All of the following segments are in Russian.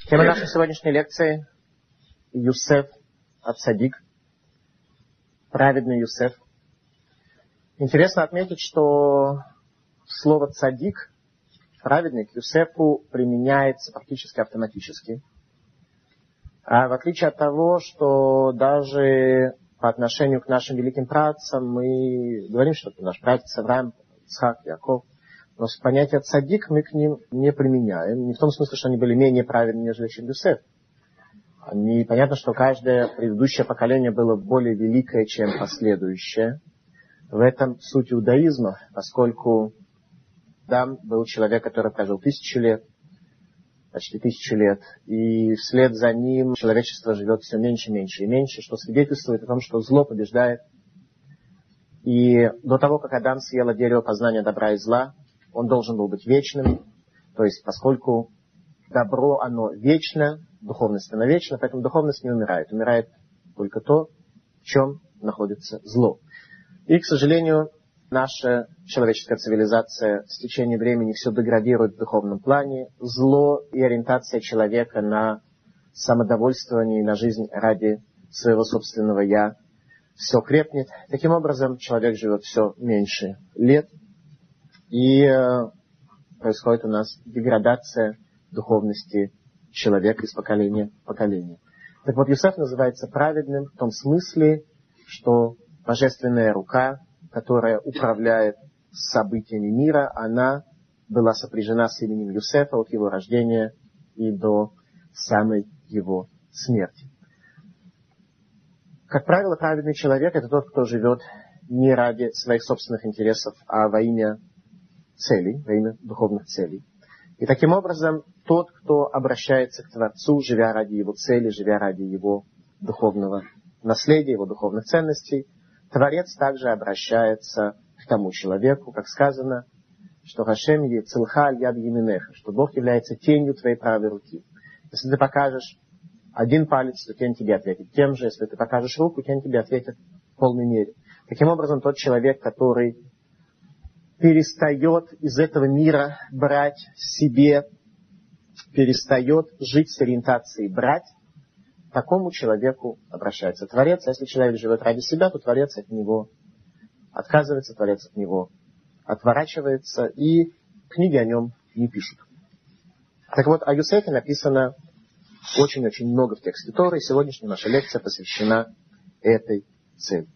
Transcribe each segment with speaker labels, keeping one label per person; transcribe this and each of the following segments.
Speaker 1: Тема нашей сегодняшней лекции — Юсеф ацадик, праведный Юсеф. Интересно отметить, что слово «цадик», праведный, к Юсефу применяется практически автоматически. А в отличие от того, что даже по отношению к нашим великим праотцам мы говорим, что это наш праотец Авраам, Ицхак, Яков, но понятие «цадик» мы к ним не применяем. Не в том смысле, что они были менее праведны, нежели чем Юсеф. Понятно, что каждое предыдущее поколение было более великое, чем последующее. В этом суть иудаизма, поскольку Адам был человек, который прожил 1000 лет, почти 1000 лет, и вслед за ним человечество живет все меньше, меньше и меньше, что свидетельствует о том, что зло побеждает. И до того, как Адам съел от дерева познания добра и зла, он должен был быть вечным. То есть, поскольку добро, оно вечно, духовность, она вечна, поэтому духовность не умирает. Умирает только то, в чем находится зло. И, к сожалению, наша человеческая цивилизация с течением времени все деградирует в духовном плане. Зло и ориентация человека на самодовольствование и на жизнь ради своего собственного «я» все крепнет. Таким образом, человек живет все меньше лет. И происходит у нас деградация духовности человека из поколения в поколение. Так вот, Юсеф называется праведным в том смысле, что божественная рука, которая управляет событиями мира, она была сопряжена с именем Юсефа от его рождения и до самой его смерти. Как правило, праведный человек — это тот, кто живет не ради своих собственных интересов, а во имя целей, во имя духовных целей. И таким образом, тот, кто обращается к Творцу, живя ради его цели, живя ради его духовного наследия, его духовных ценностей, Творец также обращается к тому человеку, как сказано, что Хашем ецилха аль яд еминеха, что Бог является тенью твоей правой руки. Если ты покажешь один палец, то тень тебе ответит тем же. Если ты покажешь руку, тень тебе ответит в полной мере. Таким образом, тот человек, который перестает из этого мира брать себе, перестает жить с ориентацией брать, к такому человеку обращается Творец. А если человек живет ради себя, то Творец от него отказывается, Творец от него отворачивается, и книги о нем не пишут. Так вот, о Юсефе написано очень-очень много в тексте Торы, и сегодняшняя наша лекция посвящена этой цели.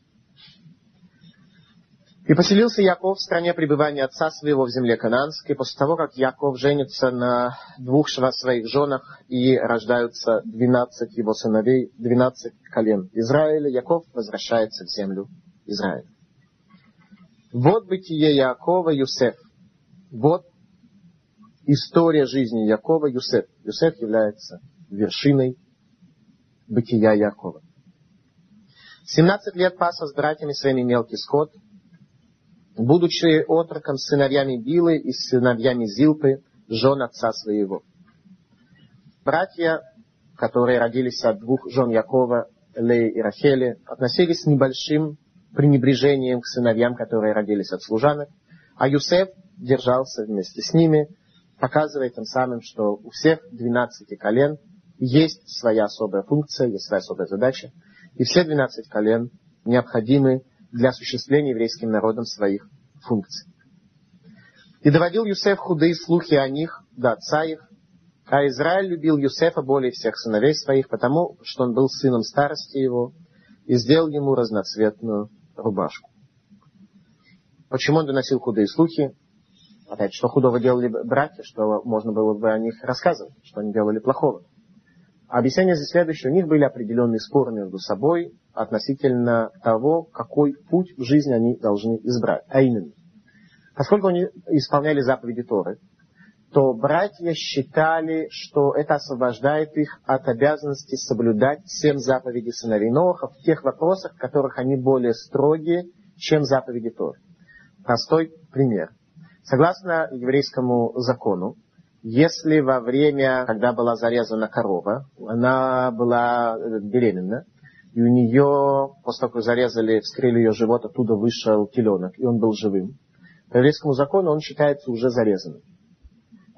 Speaker 1: «И поселился Яков в стране пребывания отца своего в земле Кананской, после того, как Яков женится на 2 своих женах, и рождаются 12 его сыновей, 12 колен Израиля, Яков возвращается в землю Израиля. Вот бытие Якова Юсеф. Вот история жизни Якова Юсеф. Юсеф является вершиной бытия Якова. 17 лет пас с братьями своими мелкий скот, будучи отроком с сыновьями Билы и с сыновьями Зилпы, жен отца своего. Братья, которые родились от 2 жен Якова, Леи и Рахели, относились с небольшим пренебрежением к сыновьям, которые родились от служанок, а Юсеф держался вместе с ними, показывая тем самым, что у всех 12 колен есть своя особая функция, есть своя особая задача, и все 12 колен необходимы для осуществления еврейским народом своих функций. И доводил Юсеф худые слухи о них до отца их, а Израиль любил Юсефа более всех сыновей своих, потому что он был сыном старости его, и сделал ему разноцветную рубашку. Почему он доносил худые слухи? Опять, что худого делали братья, что можно было бы о них рассказывать, что они делали плохого. Объяснение здесь следующее. У них были определенные споры между собой относительно того, какой путь в жизни они должны избрать. А именно, поскольку они исполняли заповеди Торы, то братья считали, что это освобождает их от обязанности соблюдать 7 заповедей сыновей Ноаха в тех вопросах, в которых они более строгие, чем заповеди Торы. Простой пример. Согласно еврейскому закону, если во время, когда была зарезана корова, она была беременна, и у нее, после того, как зарезали, вскрыли ее живот, оттуда вышел теленок, и он был живым, по еврейскому закону он считается уже зарезанным.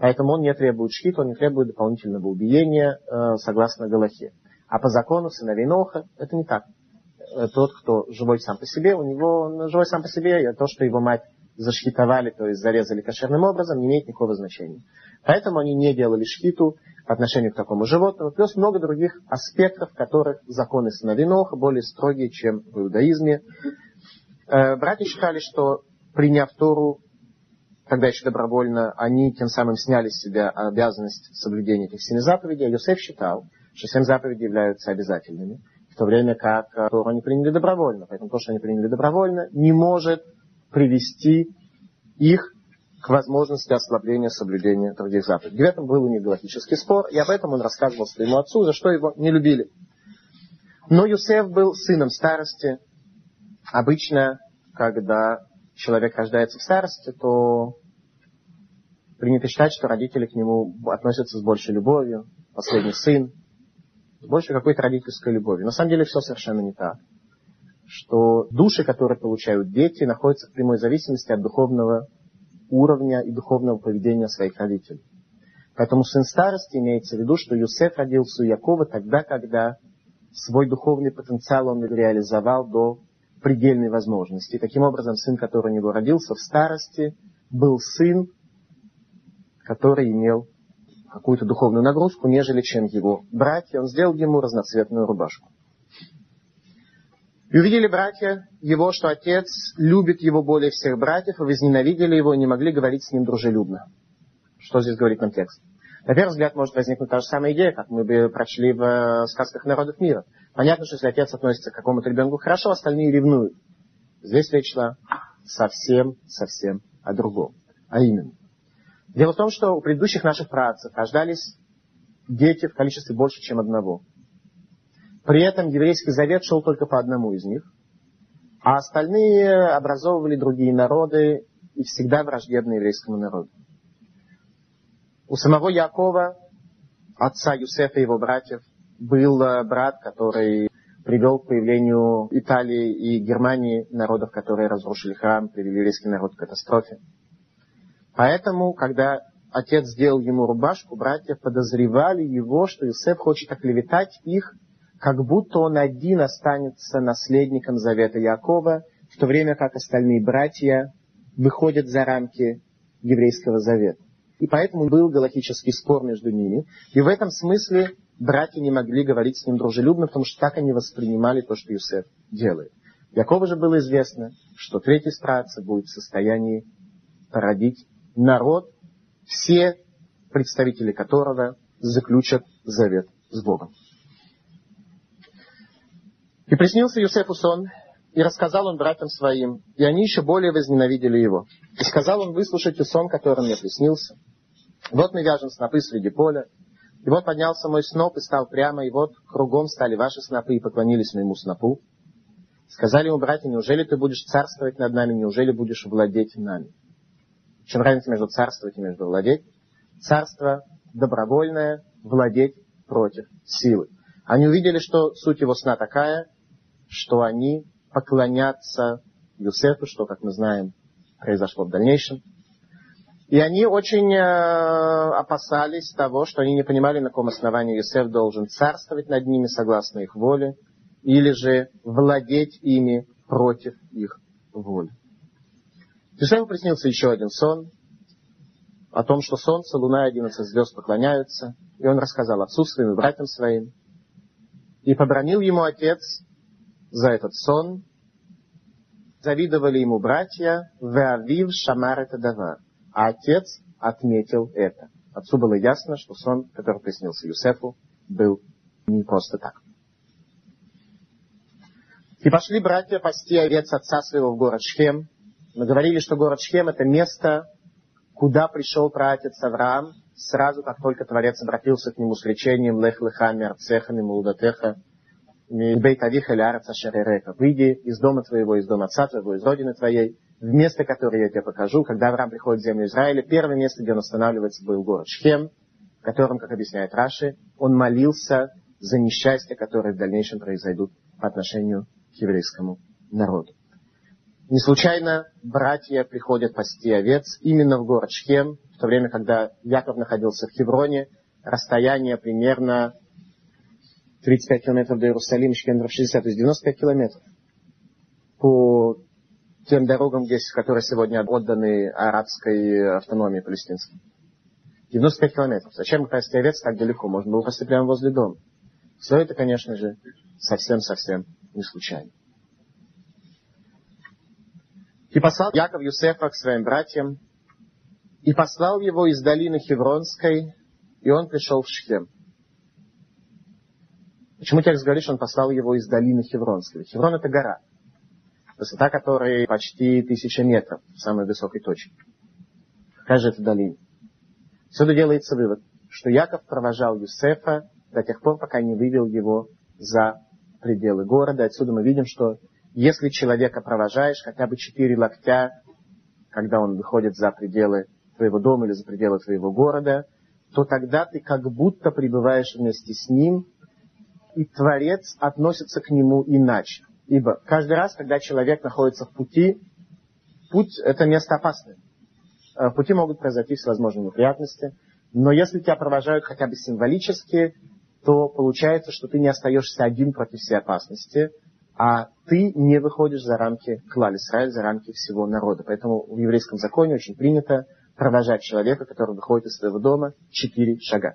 Speaker 1: Поэтому он не требует шхит, он не требует дополнительного убиения, согласно Галахе. А по закону сыновей Ноха это не так. Тот, кто живой сам по себе, у него живой сам по себе, и то, что его мать зашхитовали, то есть зарезали кошерным образом, не имеет никакого значения. Поэтому они не делали шхиту по отношению к такому животному. Плюс много других аспектов, в которых законы сыновей Ноха более строгие, чем в иудаизме. Братья считали, что приняв Тору, тогда еще добровольно, они тем самым сняли с себя обязанность соблюдения этих 7 заповедей. А Йосеф считал, что 7 заповедей являются обязательными, в то время как Тору они приняли добровольно. Поэтому то, что они приняли добровольно, не может привести их к возможности ослабления соблюдения других заповедей. В этом был у них галахический спор, и об этом он рассказывал своему отцу, за что его не любили. Но Йосеф был сыном старости. Обычно, когда человек рождается в старости, то принято считать, что родители к нему относятся с большей любовью, последний сын, с большей какой-то родительской любовью. На самом деле все совершенно не так. Что души, которые получают дети, находятся в прямой зависимости от духовного уровня и духовного поведения своих родителей. Поэтому сын старости имеется в виду, что Йосеф родился у Якова тогда, когда свой духовный потенциал он реализовал до предельной возможности. И таким образом, сын, который у него родился в старости, был сын, который имел какую-то духовную нагрузку, нежели чем его братья. Он сделал ему разноцветную рубашку. И увидели братья его, что отец любит его более всех братьев, и возненавидели его, и не могли говорить с ним дружелюбно. Что здесь говорит нам текст? На первый взгляд может возникнуть та же самая идея, как мы бы прочли в сказках народов мира. Понятно, что если отец относится к какому-то ребенку хорошо, остальные ревнуют. Здесь речь шла совсем о другом. А именно. Дело в том, что у предыдущих наших праотцев рождались дети в количестве больше, чем одного. При этом еврейский завет шел только по одному из них, а остальные образовывали другие народы и всегда враждебны еврейскому народу. У самого Якова, отца Юсефа и его братьев, был брат, который привел к появлению Италии и Германии, народов, которые разрушили храм, привели еврейский народ к катастрофе. Поэтому, когда отец сделал ему рубашку, братья подозревали его, что Юсеф хочет оклеветать их, как будто он один останется наследником завета Якова, в то время как остальные братья выходят за рамки еврейского завета. И поэтому был галахический спор между ними. И в этом смысле братья не могли говорить с ним дружелюбно, потому что так они воспринимали то, что Юсеф делает. Якову же было известно, что третий из праотцев будет в состоянии породить народ, все представители которого заключат завет с Богом. И приснился Юсефу сон, и рассказал он братьям своим, и они еще более возненавидели его. И сказал он: выслушайте сон, который мне приснился. Вот мы вяжем снопы среди поля, и вот поднялся мой сноп и стал прямо, и вот кругом стали ваши снопы и поклонились моему снопу. Сказали ему братья: неужели ты будешь царствовать над нами, неужели будешь владеть нами? В чем разница между царствовать и между владеть? Царство добровольное, владеть против силы. Они увидели, что суть его сна такая, что они поклонятся Юсефу, что, как мы знаем, произошло в дальнейшем. И они очень опасались того, что они не понимали, на каком основании Юсеф должен царствовать над ними согласно их воле, или же владеть ими против их воли. Юсефу приснился еще один сон о том, что солнце, луна и 11 звезд поклоняются, и он рассказал отцу своим и братьям своим. И побранил ему отец за этот сон. Завидовали ему братья, веавив шамар это давар. А отец отметил это. Отцу было ясно, что сон, который приснился Юсефу, был не просто так. И пошли братья пасти овец отца своего в город Шхем. Мы говорили, что город Шхем — это место, куда пришел праотец Авраам, сразу как только Творец обратился к нему с речением «Лех леха миарцеха мимулдатеха мибейт авиха леарец ашер эрека». «Выйди из дома твоего, из дома отца твоего, из родины твоей, в место, которое я тебе покажу». Когда Авраам приходит в землю Израиля, первое место, где он останавливается, был город Шхем, в котором, как объясняет Раши, он молился за несчастья, которые в дальнейшем произойдут по отношению к еврейскому народу. Не случайно братья приходят пасти овец именно в город Шхем, в то время, когда Яков находился в Хевроне, расстояние примерно 35 километров до Иерусалима, Шхем 60, то есть 95 километров по тем дорогам, которые сегодня отданы арабской автономии палестинской. 95 километров. Зачем пасти овец так далеко? Можно было пасти прямо возле дома. Все это, конечно же, совсем-совсем не случайно. И послал Яков Юсефа к своим братьям, и послал его из долины Хевронской, и он пришел в Шхем. Почему текст говорит, что он послал его из долины Хевронской? Хеврон — это гора, высота которой почти 1000 метров в самой высокой точке. Какая же это долина? Отсюда делается вывод, что Яков провожал Юсефа до тех пор, пока не вывел его за пределы города. Отсюда мы видим, что если человека провожаешь хотя бы 4 локтя, когда он выходит за пределы твоего дома или за пределы твоего города, то тогда ты как будто пребываешь вместе с ним, и Творец относится к нему иначе. Ибо каждый раз, когда человек находится в пути, путь — это место опасное. В пути могут произойти всевозможные неприятности, но если тебя провожают хотя бы символически, то получается, что ты не остаешься один против всей опасности, а ты не выходишь за рамки клаль Исраэль, за рамки всего народа. Поэтому в еврейском законе очень принято провожать человека, который выходит из своего дома, 4 шага.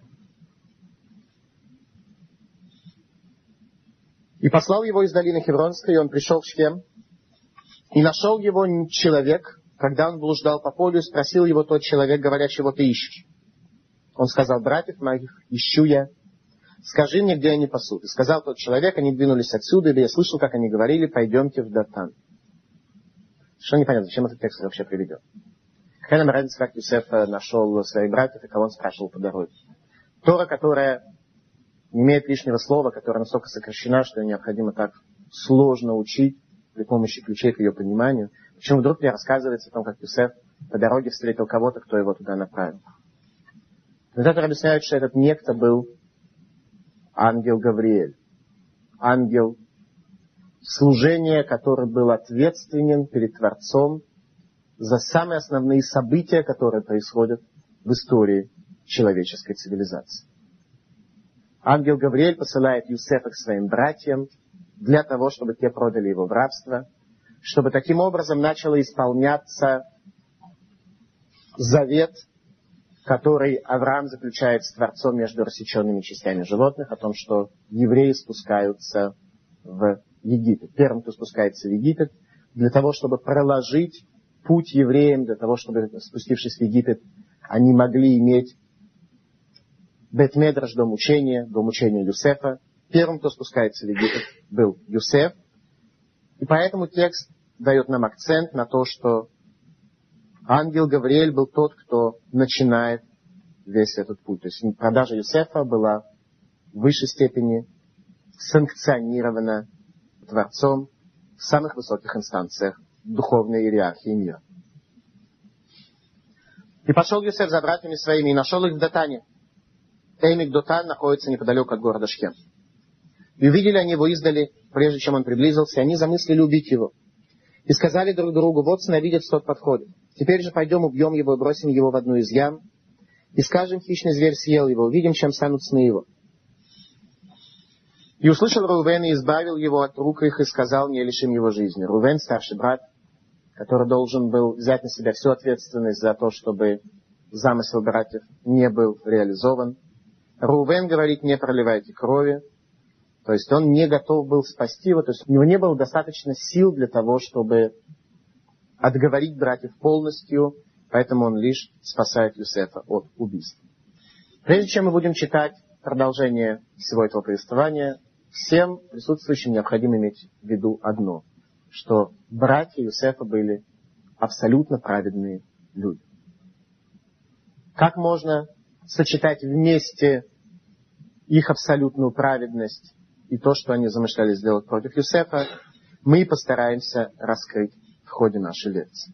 Speaker 1: И послал его из долины Хевронской, и он пришел в Шхем, и нашел его человек, когда он блуждал по полю, спросил его тот человек, говоря, чего ты ищешь. Он сказал: братьев моих ищу я, скажи мне, где они пасут. И сказал тот человек: они двинулись отсюда, ибо я слышал, как они говорили: пойдемте в Датан. Что непонятно, зачем этот текст вообще приведен? Какая нам разница, как Юсеф нашел своих братьев и кого он спрашивал по дороге? Тора, которая не имеет лишнего слова, которая настолько сокращена, что ее необходимо так сложно учить при помощи ключей к ее пониманию. Почему вдруг мне рассказывается о том, как Юсеф по дороге встретил кого-то, кто его туда направил? Комментаторы объясняют, что этот некто был ангел Гавриэль. Ангел служения, который был ответственен перед Творцом за самые основные события, которые происходят в истории человеческой цивилизации. Ангел Гавриэль посылает Юсефа к своим братьям для того, чтобы те продали его в рабство, чтобы таким образом начало исполняться завет, который Авраам заключает с Творцом между рассеченными частями животных, о том, что евреи спускаются в Египет. Первым, кто спускается в Египет, для того, чтобы проложить путь евреям, для того, чтобы, спустившись в Египет, они могли иметь Бет-Медраш, дом учения Юсефа. Первым, кто спускается в Египет, был Юсеф. И поэтому текст дает нам акцент на то, что ангел Гавриэль был тот, кто начинает весь этот путь. То есть продажа Юсефа была в высшей степени санкционирована Творцом в самых высоких инстанциях духовной иерархии мира. И пошел Юсеф за братьями своими и нашел их в Датане. Эймик Дотан находится неподалеку от города Шхем. И увидели они его издали, прежде чем он приблизился, и они замыслили убить его. И сказали друг другу: вот сновидец тот подходит. Теперь же пойдем, убьем его и бросим его в одну из ям. И скажем: хищный зверь съел его, увидим, чем станут сны его. И услышал Рувен и избавил его от рук их и сказал: не лишим его жизни. Рувен, старший брат, который должен был взять на себя всю ответственность за то, чтобы замысел братьев не был реализован. Рувен говорит: не проливайте крови. То есть он не готов был спасти его, то есть у него не было достаточно сил для того, чтобы отговорить братьев полностью, поэтому он лишь спасает Юсефа от убийства. Прежде чем мы будем читать продолжение всего этого повествования, всем присутствующим необходимо иметь в виду одно, что братья Юсефа были абсолютно праведные люди. Как можно сочетать вместе их абсолютную праведность и то, что они замышляли сделать против Юсефа, мы постараемся раскрыть в ходе нашей лекции.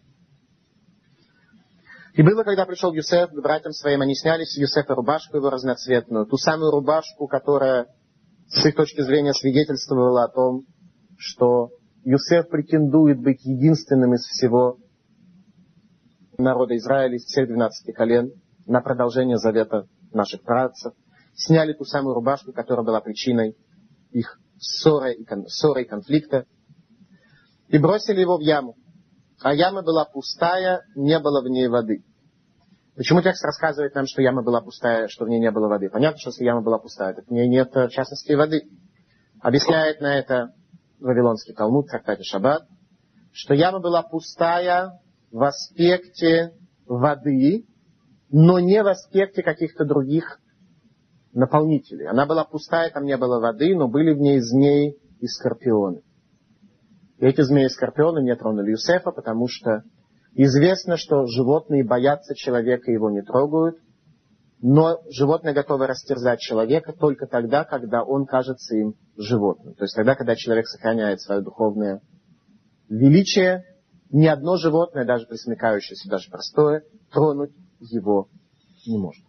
Speaker 1: И было, когда пришел Юсеф к братьям своим, они сняли с Юсефа рубашку его разноцветную, ту самую рубашку, которая с их точки зрения свидетельствовала о том, что Юсеф претендует быть единственным из всего народа Израиля, из всех 12 колен, на продолжение завета наших працев. Сняли ту самую рубашку, которая была причиной их ссоры и конфликта, и бросили его в яму. А яма была пустая, не было в ней воды. Почему текст рассказывает нам, что яма была пустая, что в ней не было воды? Понятно, что если яма была пустая, так в ней нет, в частности, воды. Объясняет на это Вавилонский Талмуд, в трактате Шаббат, что яма была пустая в аспекте воды, но не в аспекте каких-то других наполнителей. Она была пустая, там не было воды, но были в ней змеи и скорпионы. И эти змеи и скорпионы не тронули Юсефа, потому что известно, что животные боятся человека и его не трогают, но животное готово растерзать человека только тогда, когда он кажется им животным. То есть тогда, когда человек сохраняет свое духовное величие, ни одно животное, даже присмыкающееся, даже простое, тронуть его не может.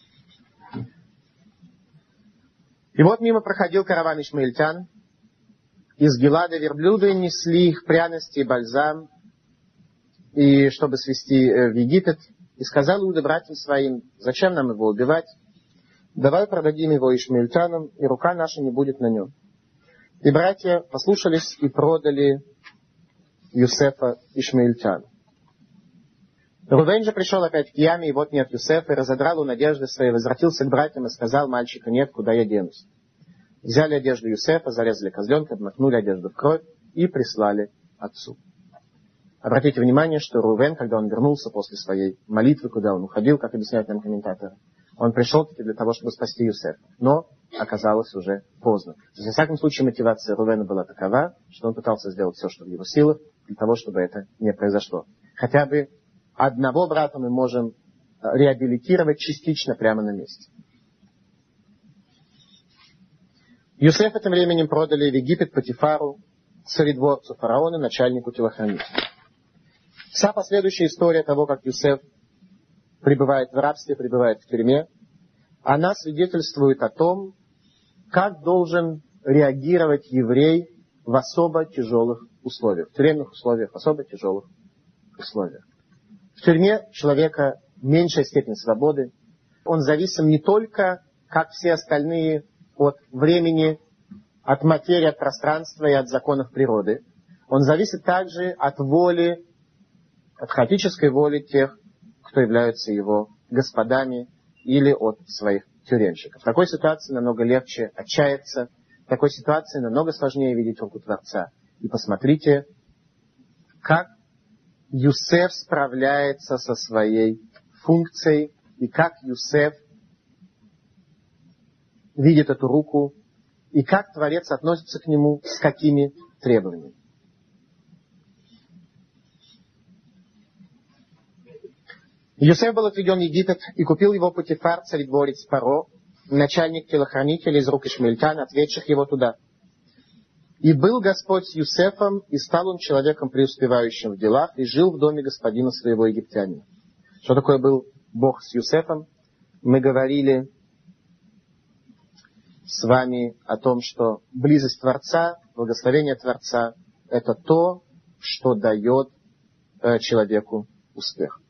Speaker 1: И вот мимо проходил караван ишмаильтян. Из Гилада верблюды несли их пряности и бальзам, и чтобы свезти в Египет. И сказал Иуда братьям своим: зачем нам его убивать? Давай продадим его ишмаильтянам, и рука наша не будет на нем. И братья послушались и продали Юсефа ишмаильтяну. Рувен же пришел опять к яме, и вот нет Юсефа, и разодрал он одежды свои, возвратился к братьям и сказал: мальчика нет, куда я денусь? Взяли одежду Юсефа, зарезали козленка, обмакнули одежду в кровь и прислали отцу. Обратите внимание, что Рувен, когда он вернулся после своей молитвы, куда он уходил, как объясняют нам комментаторы, он пришел таки для того, чтобы спасти Юсефа. Но оказалось уже поздно. Во всяком случае, мотивация Рувена была такова, что он пытался сделать все, что в его силах, для того, чтобы это не произошло. Хотя бы одного брата мы можем реабилитировать частично прямо на месте. Юсефа тем временем продали в Египет Потифару, царедворцу фараона, начальнику телохранителей. Вся последующая история того, как Юсеф пребывает в рабстве, пребывает в тюрьме, она свидетельствует о том, как должен реагировать еврей в особо тяжелых условиях, в тюремных условиях, в особо тяжелых условиях. В тюрьме человека меньшая степень свободы. Он зависим не только, как все остальные, от времени, от материи, от пространства и от законов природы. Он зависит также от воли, от хаотической воли тех, кто являются его господами, или от своих тюремщиков. В такой ситуации намного легче отчаяться, в такой ситуации намного сложнее видеть руку Творца. И посмотрите, как Юсеф справляется со своей функцией, и как Юсеф видит эту руку, и как Творец относится к нему, с какими требованиями. Юсеф был отведен в Египет, и купил его Потифар, царедворец Паро, начальник телохранителей из рук ишмаильтян, отведших его туда. И был Господь с Юсефом, и стал он человеком преуспевающим в делах, и жил в доме господина своего египтянина. Что такое был Бог с Юсефом? Мы говорили с вами о том, что близость Творца, благословение Творца — это то, что дает человеку успех.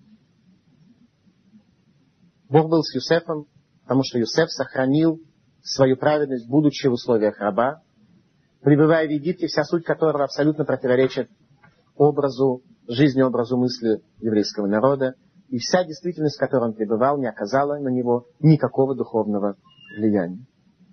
Speaker 1: Бог был с Юсефом, потому что Юсеф сохранил свою праведность, будучи в условиях раба, пребывая в Египте, вся суть которого абсолютно противоречит образу жизни, образу мысли еврейского народа, и вся действительность, в которой он пребывал, не оказала на него никакого духовного влияния.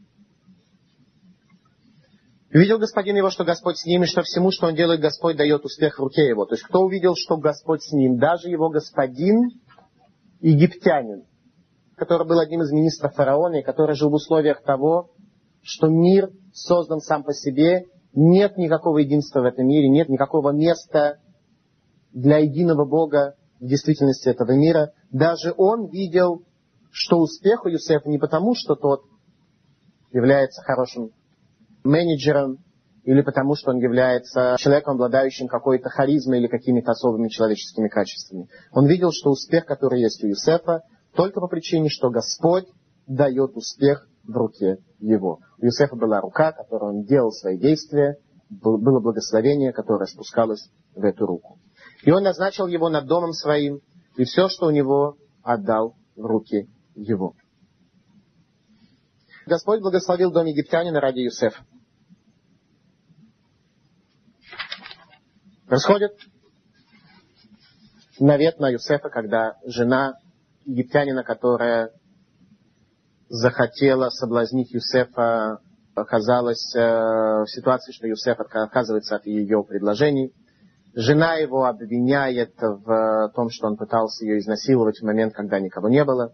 Speaker 1: И увидел господин его, что Господь с ним, и что всему, что он делает, Господь дает успех в руке его. То есть, кто увидел, что Господь с ним? Даже его господин, египтянин, который был одним из министров фараона, и который жил в условиях того, что мир создан сам по себе, нет никакого единства в этом мире, нет никакого места для единого Бога в действительности этого мира. Даже он видел, что успех у Юсефа не потому, что тот является хорошим менеджером, или потому, что он является человеком, обладающим какой-то харизмой или какими-то особыми человеческими качествами. Он видел, что успех, который есть у Юсефа, только по причине, что Господь дает успех в руке его. У Юсефа была рука, которой он делал свои действия, было благословение, которое спускалось в эту руку. И он назначил его над домом своим, и все, что у него, отдал в руки его. Господь благословил дом египтянина ради Юсефа. Происходит навет на Юсефа, когда жена египтянина, которая захотела соблазнить Юсефа, оказалась в ситуации, что Юсеф отказывается от ее предложений. Жена его обвиняет в том, что он пытался ее изнасиловать в момент, когда никого не было.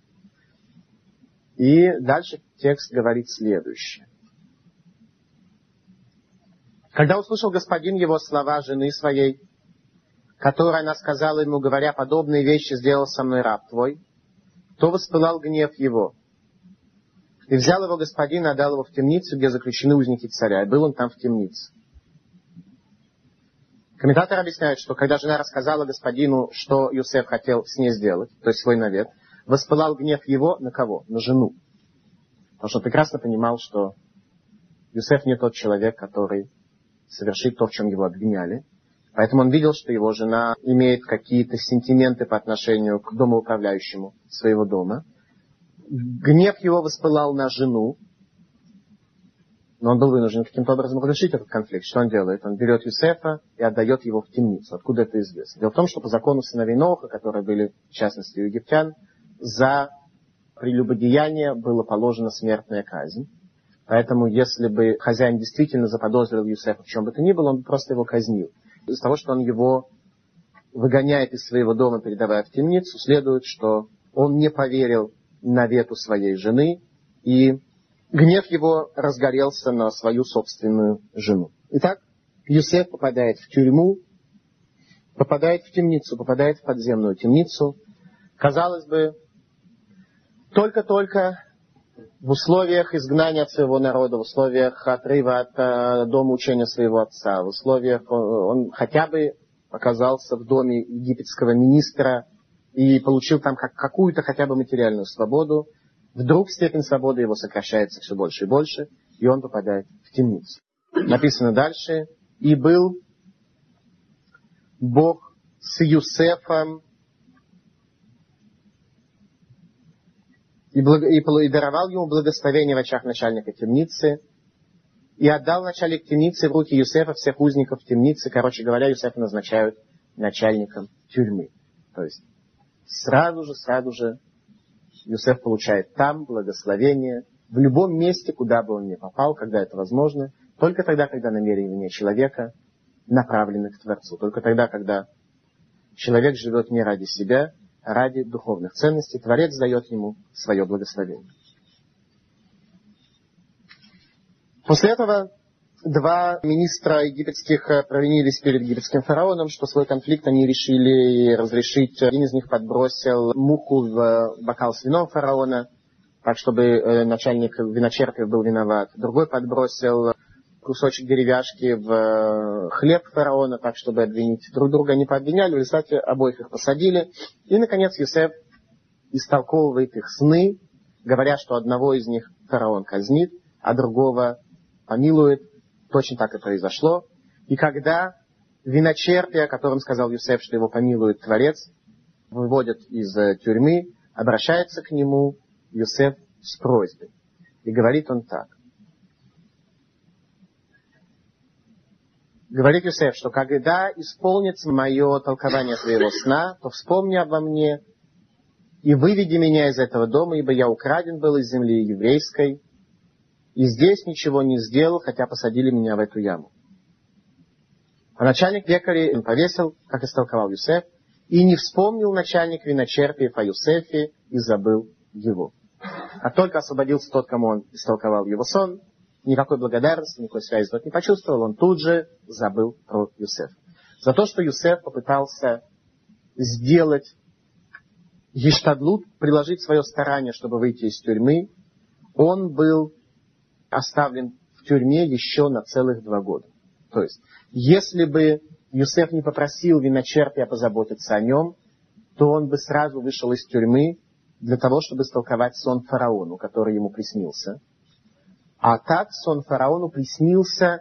Speaker 1: И дальше текст говорит следующее. Когда услышал господин его слова жены своей, которые она сказала ему, говоря, подобные вещи сделал со мной раб твой, то воспылал гнев его. И взял его господин и отдал его в темницу, где заключены узники царя. И был он там в темнице. Комментаторы объясняют, что когда жена рассказала господину, что Юсеф хотел с ней сделать, то есть свой навет, воспылал гнев его на кого? На жену. Потому что он прекрасно понимал, что Юсеф не тот человек, который совершит то, в чем его обвиняли. Поэтому он видел, что его жена имеет какие-то сентименты по отношению к домоуправляющему своего дома. Гнев его воспылал на жену, но он был вынужден каким-то образом разрешить этот конфликт. Что он делает? Он берет Юсефа и отдает его в темницу. Откуда это известно? Дело в том, что по закону сыновей Ноаха, которые были, в частности, у египтян, за прелюбодеяние было положена смертная казнь. Поэтому, если бы хозяин действительно заподозрил Юсефа в чем бы то ни было, он бы просто его казнил. Из того, что он его выгоняет из своего дома, передавая в темницу, следует, что он не поверил навету своей жены, и гнев его разгорелся на свою собственную жену. Итак, Юсеф попадает в тюрьму, попадает в темницу, попадает в подземную темницу. Казалось бы, только-только в условиях изгнания от своего народа, в условиях отрыва от дома учения своего отца, в условиях он хотя бы оказался в доме египетского министра и получил там какую-то хотя бы материальную свободу, вдруг степень свободы его сокращается все больше и больше, и он попадает в темницу. Написано дальше: «И был Бог с Юсефом, и даровал ему благословение в очах начальника темницы, и отдал начальник темницы в руки Юсефа всех узников темницы». Короче говоря, Юсефа назначают начальником тюрьмы. То есть сразу же Юсеф получает там благословение в любом месте, куда бы он ни попал, когда это возможно, только тогда, когда намерения человека направлены к Творцу, только тогда, когда человек живет не ради себя, а ради духовных ценностей, Творец дает ему свое благословение. После этого два министра египетских провинились перед египетским фараоном, что свой конфликт они решили разрешить. Один из них подбросил муху в бокал с вином фараона, так, чтобы начальник виночерпия был виноват. Другой подбросил кусочек деревяшки в хлеб фараона, так, чтобы обвинить друг друга. Они пообвиняли, в результате обоих их посадили. И, наконец, Юсеф истолковывает их сны, говоря, что одного из них фараон казнит, а другого помилует. Точно так и произошло. И когда виночерпия, о котором сказал Юсеф, что его помилует Творец, выводят из тюрьмы, обращается к нему Юсеф с просьбой. И говорит он так. Говорит Юсеф, что когда исполнится мое толкование твоего сна, то вспомни обо мне и выведи меня из этого дома, ибо я украден был из земли еврейской, и здесь ничего не сделал, хотя посадили меня в эту яму. А начальник пекарей повесил, как истолковал Юсеф, и не вспомнил начальник виночерпиев о Юсефе и забыл его. А только освободился тот, кому он истолковал его сон, никакой благодарности, никакой связи тот не почувствовал, он тут же забыл про Юсефа. За то, что Юсеф попытался сделать ештадлут, приложить свое старание, чтобы выйти из тюрьмы, он был оставлен в тюрьме еще на целых 2 года. То есть, если бы Юсеф не попросил виночерпия позаботиться о нем, то он бы сразу вышел из тюрьмы для того, чтобы истолковать сон фараону, который ему приснился. А так сон фараону приснился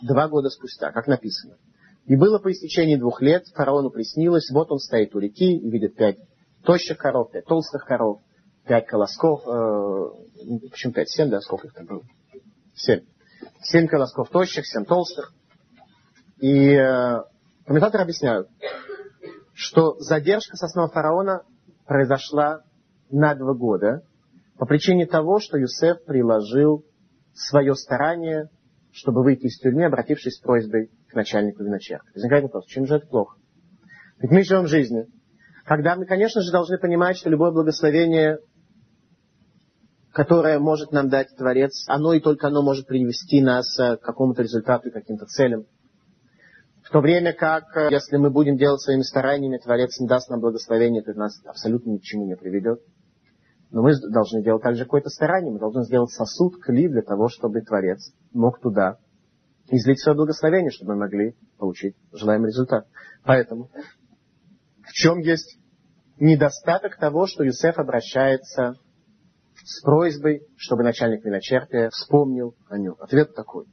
Speaker 1: 2 года спустя, как написано. И было по истечении 2 лет, фараону приснилось, вот он стоит у реки и видит 5 тощих коров, 5 толстых коров, 5 колосков, почему 5, 7, да, сколько их там было? 7. 7 колосков тощих, 7 толстых. И комментаторы объясняют, что задержка со сном фараона произошла на 2 года по причине того, что Юсеф приложил свое старание, чтобы выйти из тюрьмы, обратившись с просьбой к начальнику виночерпа. Возникает вопрос, чем же это плохо? Ведь мы живем в жизни, когда мы, конечно же, должны понимать, что любое благословение, которое может нам дать Творец, оно и только оно может привести нас к какому-то результату и каким-то целям. В то время как, если мы будем делать своими стараниями, Творец не даст нам благословение, то это нас абсолютно ни к чему не приведет. Но мы должны делать также какое-то старание. Мы должны сделать сосуд, клей для того, чтобы Творец мог туда излить свое благословение, чтобы мы могли получить желаемый результат. Поэтому в чем есть недостаток того, что Юсеф обращается с просьбой, чтобы начальник виночерпия вспомнил о нем? Ответ такой,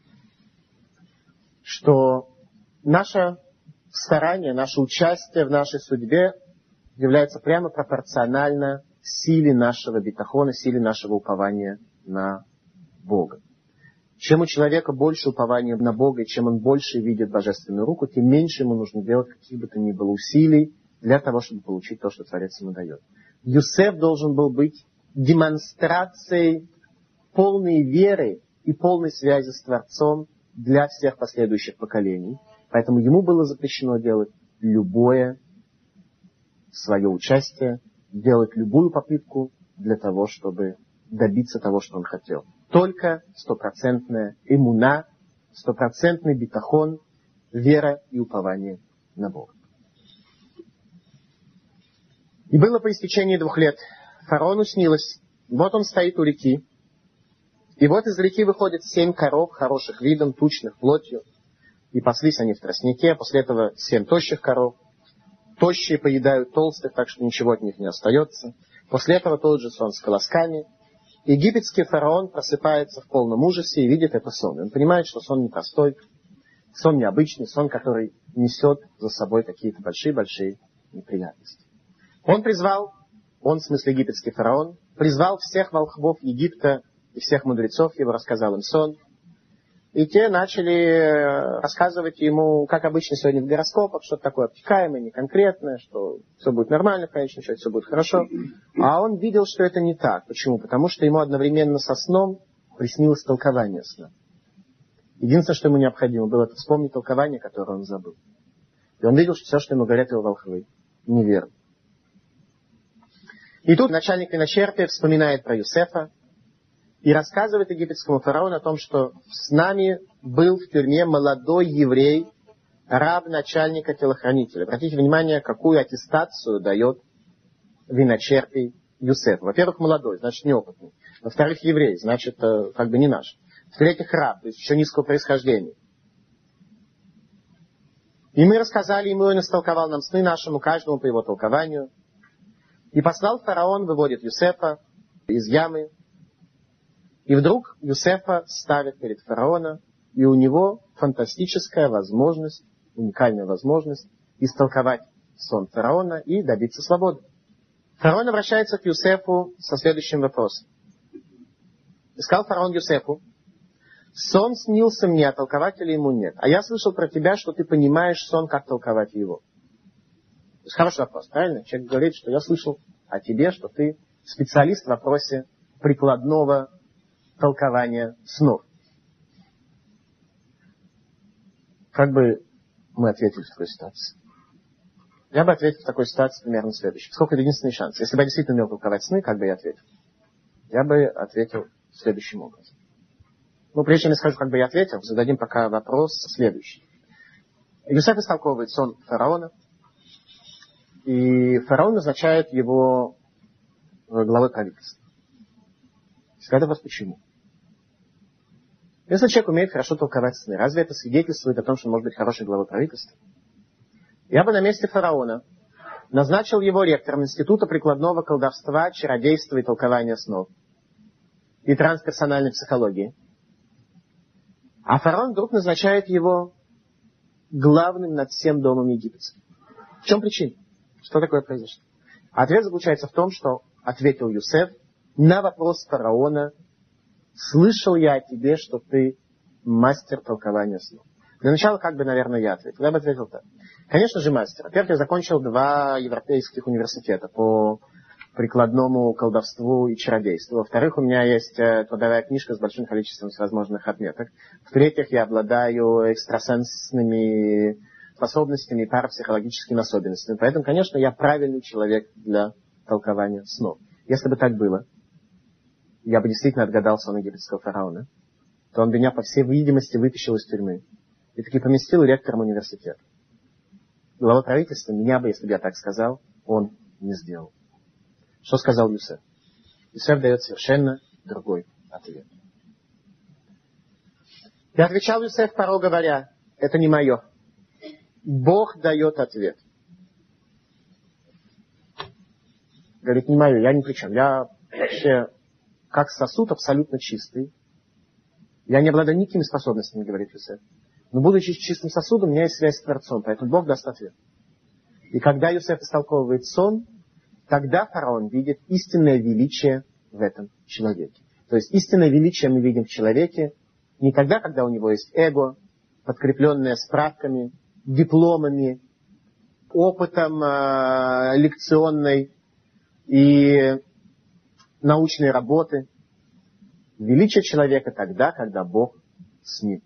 Speaker 1: что наше старание, наше участие в нашей судьбе является прямо пропорционально силе нашего битахона, силе нашего упования на Бога. Чем у человека больше упования на Бога, и чем он больше видит божественную руку, тем меньше ему нужно делать каких бы то ни было усилий для того, чтобы получить то, что Творец ему дает. Юсеф должен был быть демонстрацией полной веры и полной связи с Творцом для всех последующих поколений. Поэтому ему было запрещено делать любое свое участие, делать любую попытку для того, чтобы добиться того, что он хотел. Только 100% иммуна, 100% битахон, вера и упование на Бога. И было по истечении 2 лет. Фараону снилось, вот он стоит у реки, и вот из реки выходят 7 коров, хороших видом, тучных плотью, и паслись они в тростнике, после этого 7 тощих коров. Тощие поедают толстых, так что ничего от них не остается. После этого тот же сон с колосками. Египетский фараон просыпается в полном ужасе и видит это сон. Он понимает, что сон непростой, сон необычный, сон, который несет за собой какие-то большие-большие неприятности. Он призвал, в смысле египетский фараон, призвал всех волхвов Египта и всех мудрецов его, рассказал им сон. И те начали рассказывать ему, как обычно сегодня в гороскопах, что-то такое обтекаемое, неконкретное, что все будет нормально в конечном счете, все будет хорошо. А он видел, что это не так. Почему? Потому что ему одновременно со сном приснилось толкование сна. Единственное, что ему необходимо было, это вспомнить толкование, которое он забыл. И он видел, что все, что ему говорят его волхвы, неверно. И тут начальник виночерпия вспоминает про Юсефа, и рассказывает египетскому фараону о том, что с нами был в тюрьме молодой еврей, раб начальника телохранителя. Обратите внимание, какую аттестацию дает виночерпий Юсеф. Во-первых, молодой, значит неопытный. Во-вторых, еврей, значит как бы не наш. В-третьих, раб, то есть еще низкого происхождения. И мы рассказали ему, и он истолковал нам сны нашему, каждому по его толкованию. И послал фараон, выводит Юсефа из ямы. И вдруг Юсефа ставят перед фараоном, и у него фантастическая возможность, уникальная возможность истолковать сон фараона и добиться свободы. Фараон обращается к Юсефу со следующим вопросом. И сказал фараон Юсефу: сон снился мне, а толкователя ему нет. А я слышал про тебя, что ты понимаешь сон, как толковать его. То есть хороший вопрос, правильно? Человек говорит, что я слышал о тебе, что ты специалист в вопросе прикладного толкования снов. Как бы мы ответили в такой ситуации? Я бы ответил в такой ситуации примерно следующее. Сколько это единственный шанс? Если бы я действительно умел толковать сны, как бы я ответил? Я бы ответил следующим образом. Прежде чем я скажу, как бы я ответил, зададим пока вопрос следующий. Юсеф истолковывает сон фараона, и фараон назначает его главой правительства. Скажите вопрос, почему? Если человек умеет хорошо толковать сны, разве это свидетельствует о том, что он может быть хорошей главой правительства? Я бы на месте фараона назначил его ректором Института прикладного колдовства, чародейства и толкования снов и трансперсональной психологии. А фараон вдруг назначает его главным над всем домом египетским. В чем причина? Что такое произошло? Ответ заключается в том, что ответил Юсеф на вопрос фараона: слышал я о тебе, что ты мастер толкования снов. Для начала, наверное, я ответил. Я бы ответил так. Конечно же, мастер. Во-первых, я закончил 2 европейских университета по прикладному колдовству и чародейству. Во-вторых, у меня есть трудовая книжка с большим количеством всевозможных отметок. В-третьих, я обладаю экстрасенсными способностями и парапсихологическими особенностями. Поэтому, конечно, я правильный человек для толкования снов. Если бы так было, я бы действительно отгадал сон египетского фараона, то он бы меня, по всей видимости, вытащил из тюрьмы и таки поместил ректором университета. Глава правительства меня бы, если бы я так сказал, он не сделал. Что сказал Юсеф? Юсеф дает совершенно другой ответ. И отвечал Юсеф фараону, говоря: это не мое. Бог дает ответ. Говорит: не мое, я ни при чем. Я вообще как сосуд абсолютно чистый. Я не обладаю никакими способностями, говорит Юсеф. Но будучи чистым сосудом, у меня есть связь с Творцом, поэтому Бог даст ответ. И когда Юсеф истолковывает сон, тогда фараон видит истинное величие в этом человеке. То есть истинное величие мы видим в человеке не тогда, когда у него есть эго, подкрепленное справками, дипломами, опытом лекционной и научной работы. Величие человека тогда, когда Бог с ним.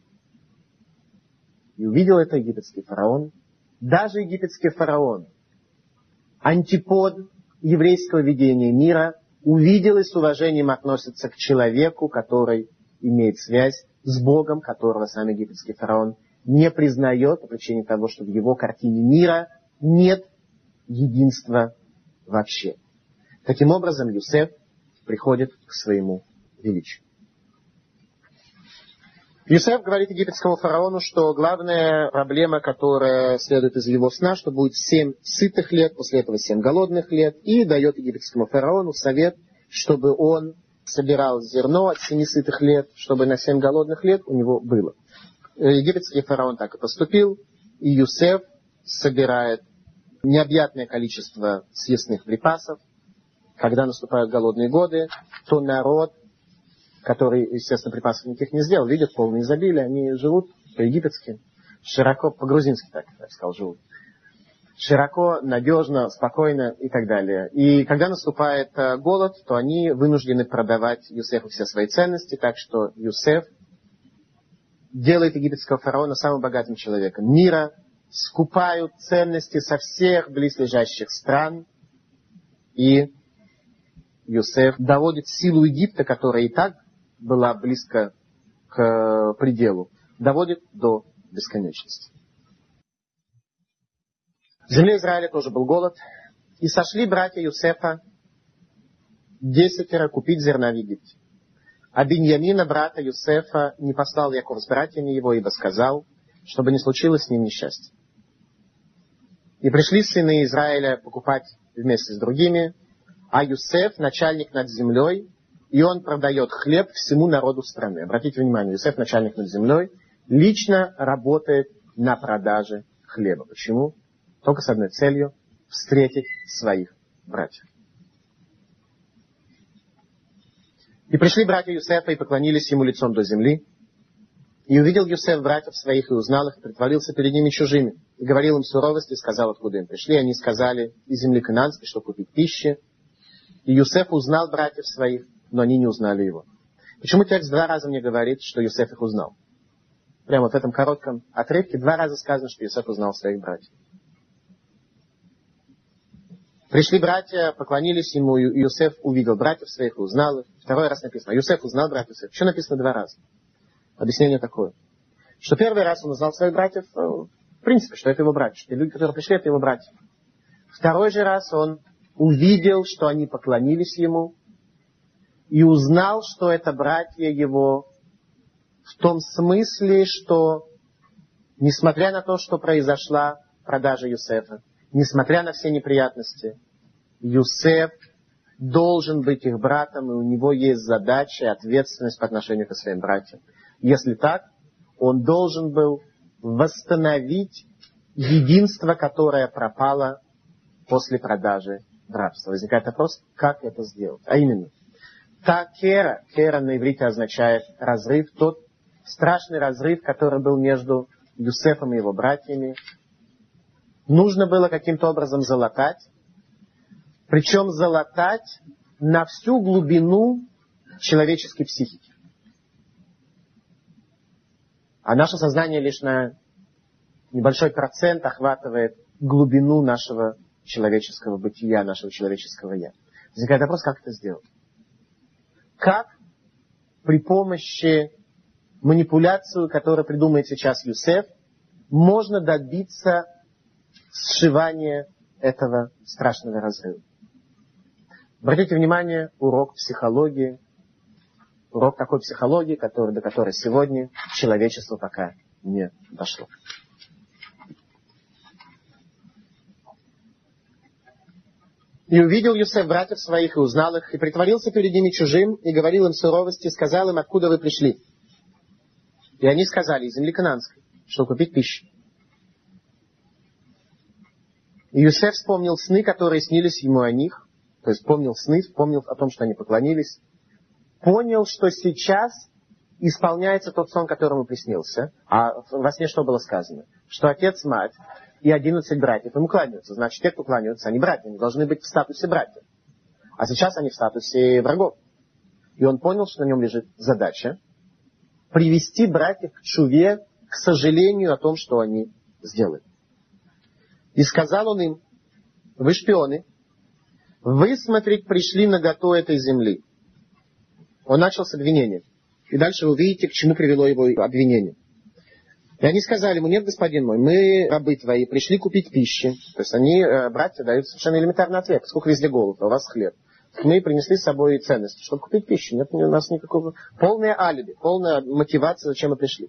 Speaker 1: И увидел это египетский фараон. Даже египетский фараон, антипод еврейского видения мира, увидел и с уважением относится к человеку, который имеет связь с Богом, которого сам египетский фараон не признает по причине того, что в его картине мира нет единства вообще. Таким образом, Юсеф приходит к своему величию. Юсеф говорит египетскому фараону, что главная проблема, которая следует из его сна, что будет 7 сытых лет, после этого 7 голодных лет, и дает египетскому фараону совет, чтобы он собирал зерно от 7 сытых лет, чтобы на 7 голодных лет у него было. Египетский фараон так и поступил, и Юсеф собирает необъятное количество съестных припасов. Когда наступают голодные годы, то народ, который, естественно, припасов никаких не сделал, видят полное изобилие, они живут по-египетски, широко, по-грузински, так я сказал, живут. Широко, надежно, спокойно и так далее. И когда наступает голод, то они вынуждены продавать Юсефу все свои ценности, так что Юсеф делает египетского фараона самым богатым человеком мира, скупают ценности со всех близлежащих стран, и Юсеф доводит силу Египта, которая и так была близко к пределу, доводит до бесконечности. В земле Израиля тоже был голод, и сошли братья Юсефа 10 купить зерна в Египте. А Биньямина, брата Юсефа, не послал Яков с братьями его, ибо сказал, чтобы не случилось с ним несчастье. И пришли сыны Израиля покупать вместе с другими, а Юсеф начальник над землей, и он продает хлеб всему народу страны. Обратите внимание, Юсеф начальник над землей, лично работает на продаже хлеба. Почему? Только с одной целью – встретить своих братьев. И пришли братья Юсефа и поклонились ему лицом до земли. И увидел Юсеф братьев своих и узнал их, и притворился перед ними чужими. И говорил им суровости, и сказал, откуда им пришли. Они сказали, из земли Кананской, чтобы купить пищи. И Юсеф узнал братьев своих, но они не узнали его. Почему текст 2 раза мне говорит, что Юсеф их узнал? Прямо в этом коротком отрывке 2 раза сказано, что Юсеф узнал своих братьев. Пришли братья, поклонились ему, и Юсеф увидел братьев своих и узнал их. 2 раз написано, Юсеф узнал братьев своих. Что написано 2 раза? Объяснение такое, что 1 раз он узнал своих братьев, в принципе, что это его братья, что люди, которые пришли, это его братья. 2 же раз он увидел, что они поклонились ему, и узнал, что это братья его, в том смысле, что, несмотря на то, что произошла продажа Юсефа, несмотря на все неприятности, Юсеф должен быть их братом, и у него есть задача и ответственность по отношению к своим братьям. Если так, он должен был восстановить единство, которое пропало после продажи в рабство. Возникает вопрос, как это сделать? А именно, та кера на иврите означает разрыв, тот страшный разрыв, который был между Юсефом и его братьями, нужно было каким-то образом залатать, причем залатать на всю глубину человеческой психики. А наше сознание лишь на небольшой процент охватывает глубину нашего человеческого бытия, нашего человеческого «я». Возникает вопрос, как это сделать? Как при помощи манипуляции, которую придумает сейчас Юсеф, можно добиться сшивания этого страшного разрыва? Обратите внимание, урок психологии, урок такой психологии, до которой сегодня человечество пока не дошло. И увидел Юсеф братьев своих, и узнал их, и притворился перед ними чужим, и говорил им суровости, и сказал им, откуда вы пришли. И они сказали, из земли Кананской, чтобы купить пищу. И Юсеф вспомнил сны, которые снились ему о них, то есть вспомнил сны, вспомнил о том, что они поклонились, понял, что сейчас исполняется тот сон, которому приснился. А во сне что было сказано? Что отец, мать и 11 братьев ему кланяются. Значит, те, кто кланяются, они братья, они должны быть в статусе братьев. А сейчас они в статусе врагов. И он понял, что на нем лежит задача привести братьев к чуве, к сожалению о том, что они сделали. И сказал он им, вы шпионы, высмотреть пришли наготу этой земли. Он начал с обвинения. И дальше вы увидите, к чему привело его обвинение. И они сказали ему, нет, господин мой, мы, рабы твои, пришли купить пищи. То есть они, братья, дают совершенно элементарный ответ. Поскольку везде голод, а у вас хлеб. Мы принесли с собой ценности, чтобы купить пищу. Нет у нас никакого... Полное алиби, полная мотивация, зачем мы пришли.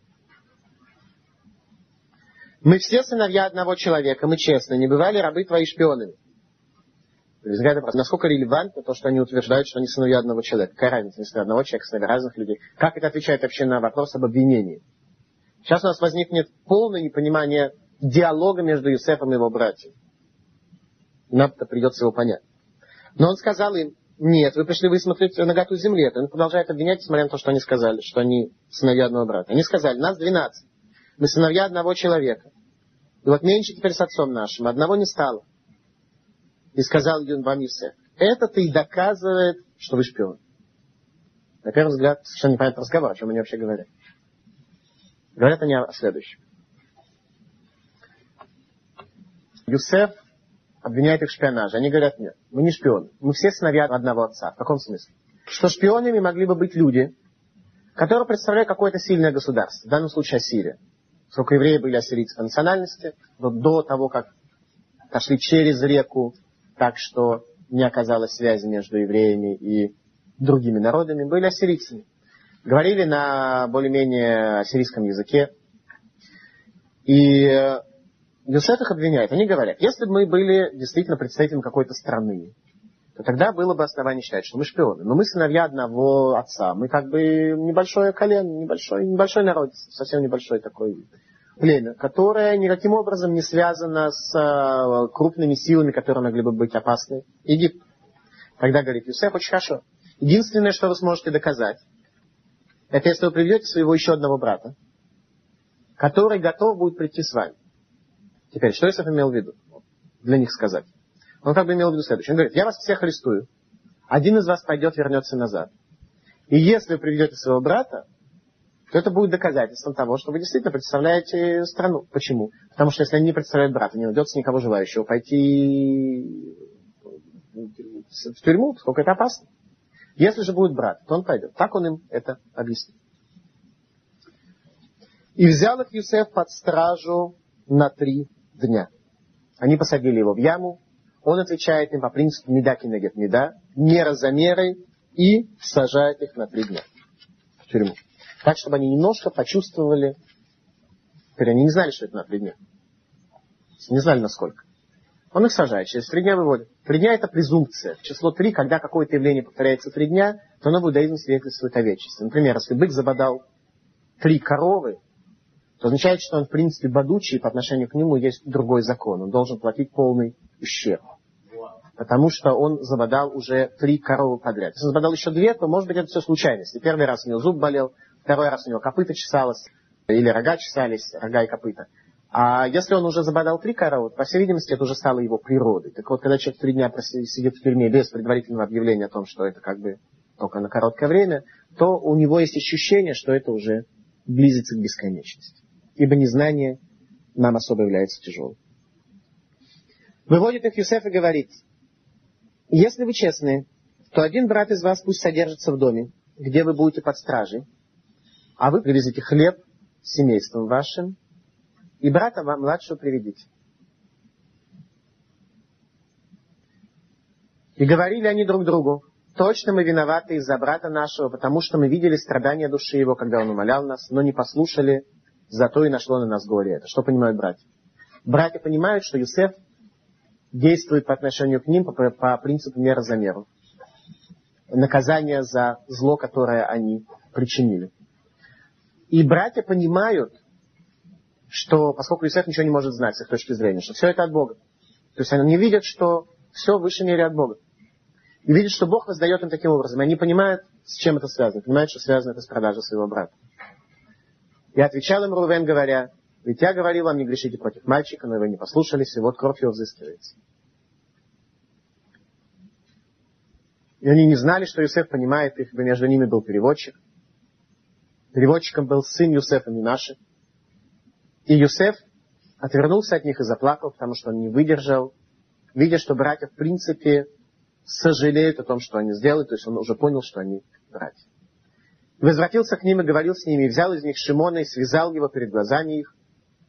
Speaker 1: Мы все сыновья одного человека, мы честны, не бывали рабы твои шпионами. Насколько релевантно то, что они утверждают, что они сыновья одного человека. Какая разница, если одного человека, сыновья разных людей. Как это отвечает вообще на вопрос об обвинении? Сейчас у нас возникнет полное непонимание диалога между Юсефом и его братьями. Нам-то придется его понять. Но он сказал им, нет, вы пришли высмотреть наготу земли. Он продолжает обвинять, несмотря на то, что они сказали, что они сыновья одного брата. Они сказали, нас 12. Мы сыновья одного человека. И вот меньше теперь с отцом нашим. Одного не стало. И сказал вам Юсеф, это-то и доказывает, что вы шпион. На первый взгляд, совершенно непонятный разговор, о чем они вообще говорят. Говорят они о следующем. Юсеф обвиняет их в шпионаже. Они говорят, нет, мы не шпионы. Мы все сыновья одного отца. В каком смысле? Что шпионами могли бы быть люди, которые представляют какое-то сильное государство. В данном случае Ассирия. Сколько евреи были ассирийской национальности, до того, как пошли через реку, так что не оказалось связи между евреями и другими народами, были ассирийцами. Говорили на более-менее ассирийском языке. И Юсеф их обвиняет. Они говорят, если бы мы были действительно представителем какой-то страны, то тогда было бы основание считать, что мы шпионы. Но мы сыновья одного отца. Мы как бы небольшое колено, небольшой народ, совсем небольшой такой племя, которое никаким образом не связано с крупными силами, которые могли бы быть опасны Египту. Тогда говорит Юсеф, очень хорошо. Единственное, что вы сможете доказать, это если вы приведете своего еще одного брата, который готов будет прийти с вами. Теперь, что Юсеф имел в виду? Для них сказать. Он как бы имел в виду следующее. Он говорит, я вас всех арестую. Один из вас пойдет, вернется назад. И если вы приведете своего брата, то это будет доказательством того, что вы действительно представляете страну. Почему? Потому что если они не представляют брата, не найдется никого желающего пойти в тюрьму, сколько это опасно. Если же будет брат, то он пойдет. Так он им это объяснит. И взял их Юсеф под стражу на 3 дня. Они посадили его в яму. Он отвечает им по принципу меда кинегет меда, мера за мерой, и сажает их на 3 дня в тюрьму. Так, чтобы они немножко почувствовали, теперь они не знали, что это на 3 дня. Не знали, насколько. Он их сажает, через 3 дня выводит. 3 дня это презумпция. Число 3, когда какое-то явление повторяется 3 дня, то оно в иудаизме свидетельствует о вечности. Например, если бык забодал 3 коровы, то означает, что он, в принципе, бодучий, и по отношению к нему есть другой закон. Он должен платить полный ущерб. Потому что он забодал уже 3 коровы подряд. Если он забодал еще 2, то, может быть, это все случайность. И первый раз у него зуб болел, второй раз у него копыта чесалось, или рога чесались, рога и копыта. А если он уже забодал 3 коровы, по всей видимости, это уже стало его природой. Так вот, когда человек 3 дня сидит в тюрьме без предварительного объявления о том, что это как бы только на короткое время, то у него есть ощущение, что это уже близится к бесконечности. Ибо незнание нам особо является тяжелым. Выводит их Юсеф и говорит: если вы честны, то один брат из вас пусть содержится в доме, где вы будете под стражей, а вы привезите хлеб с семейством вашим, и брата вам младшего приведите. И говорили они друг другу: точно мы виноваты из-за брата нашего, потому что мы видели страдания души его, когда он умолял нас, но не послушали, зато и нашло на нас горе это. Что понимают братья? Братья понимают, что Юсеф действует по отношению к ним по принципу мера за меру. Наказание за зло, которое они причинили. И братья понимают, что, поскольку Юсеф ничего не может знать с их точки зрения, что все это от Бога. То есть они видят, что все в высшей мере от Бога. И видят, что Бог воздает им таким образом. И они понимают, с чем это связано. Понимают, что связано это с продажей своего брата. И отвечал им Рувен, говоря: ведь я говорил вам, не грешите против мальчика, но вы не послушались, и вот кровь его взыскивается. И они не знали, что Юсеф понимает их, ибо между ними был переводчик. Переводчиком был сын Юсефа Минаши. И Юсеф отвернулся от них и заплакал, потому что он не выдержал, видя, что братья в принципе сожалеют о том, что они сделали, то есть он уже понял, что они братья. И возвратился к ним и говорил с ними, и взял из них Шимона и связал его перед глазами их,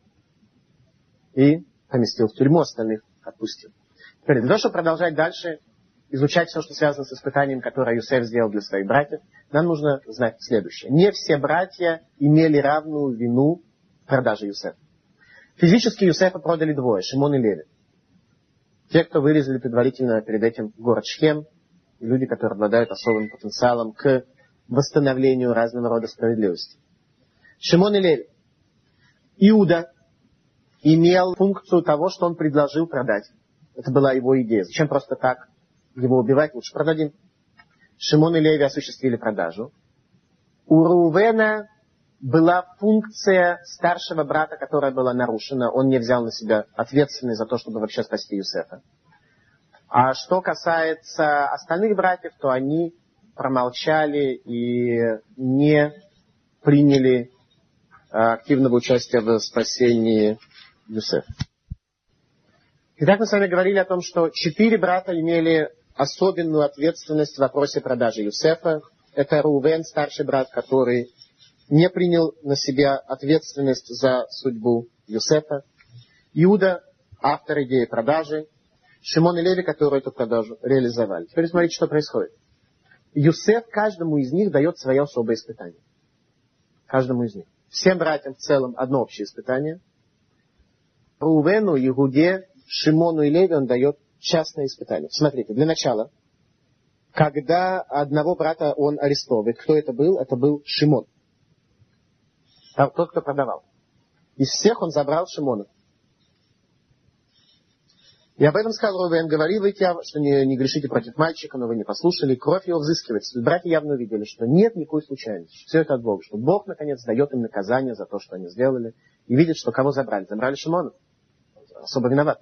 Speaker 1: и поместил в тюрьму, остальных отпустил. Теперь, для того, чтобы продолжать дальше изучать все, что связано с испытанием, которое Юсеф сделал для своих братьев, нам нужно знать следующее. Не все братья имели равную вину в продаже Юсефа. Физически Юсефа продали двое, Шимон и Леви. Те, кто вырезали предварительно перед этим город Шхем, и люди, которые обладают особым потенциалом к восстановлению разного рода справедливости. Шимон и Леви. Иуда имел функцию того, что он предложил продать. Это была его идея. Зачем просто так его убивать? Лучше продадим. Шимон и Леви осуществили продажу. У Рувена была функция старшего брата, которая была нарушена. Он не взял на себя ответственность за то, чтобы вообще спасти Юсефа. А что касается остальных братьев, то они промолчали и не приняли активного участия в спасении Юсефа. Итак, мы с вами говорили о том, что 4 брата имели особенную ответственность в вопросе продажи Юсефа. Это Рувен, старший брат, который не принял на себя ответственность за судьбу Юсефа. Иуда, автор идеи продажи. Шимон и Леви, которые эту продажу реализовали. Теперь смотрите, что происходит. Юсеф каждому из них дает свое особое испытание. Каждому из них. Всем братьям в целом одно общее испытание. Рувену, Иуде, Шимону и Леви он дает частное испытание. Смотрите, для начала, когда одного брата он арестовывает, кто это был? Это был Шимон. Тот, кто продавал. Из всех он забрал Шимона. И об этом сказал Рувен: говорил ведь я, что не грешите против мальчика, но вы не послушали, кровь его взыскивается. Братья явно увидели, что нет никакой случайности, что все это от Бога, что Бог, наконец, дает им наказание за то, что они сделали, и видят, что кого забрали. Забрали Шимона. Особо виноват.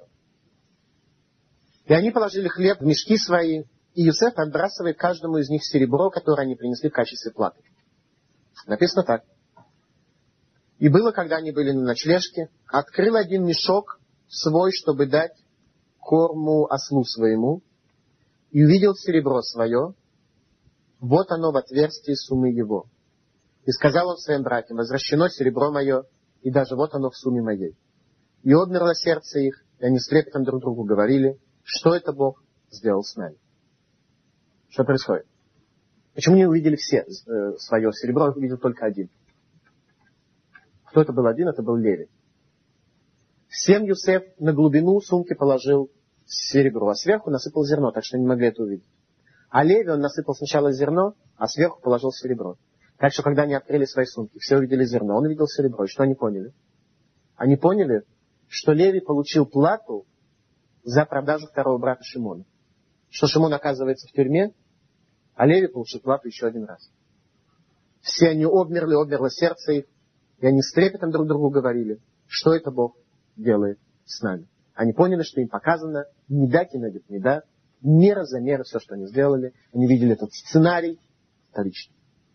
Speaker 1: И они положили хлеб в мешки свои, и Юсеф отбрасывает каждому из них серебро, которое они принесли в качестве платы. Написано так. И было, когда они были на ночлежке, открыл один мешок свой, чтобы дать корму ослу своему, и увидел серебро свое, вот оно в отверстии суммы его. И сказал он своим братьям: возвращено серебро мое, и даже вот оно в сумме моей. И обмерло сердце их, и они с трепетом друг другу говорили: что это Бог сделал с нами? Что происходит? Почему не увидели все свое серебро, увидел только один? Кто это был один? Это был Леви. Всем Юсеф на глубину сумки положил серебро, а сверху насыпал зерно, так что они не могли это увидеть. А Леви он насыпал сначала зерно, а сверху положил серебро. Так что, когда они открыли свои сумки, все увидели зерно, он увидел серебро. И что они поняли? Они поняли, что Леви получил плату за продажу второго брата Шимона. Что Шимон оказывается в тюрьме, а Леви получил плату еще один раз. Все они обмерло сердце их, и они с трепетом друг другу говорили, что это Бог делает с нами. Они поняли, что им показано меда кинегет меда, мера за меру, все, что они сделали. Они видели этот сценарий вторично.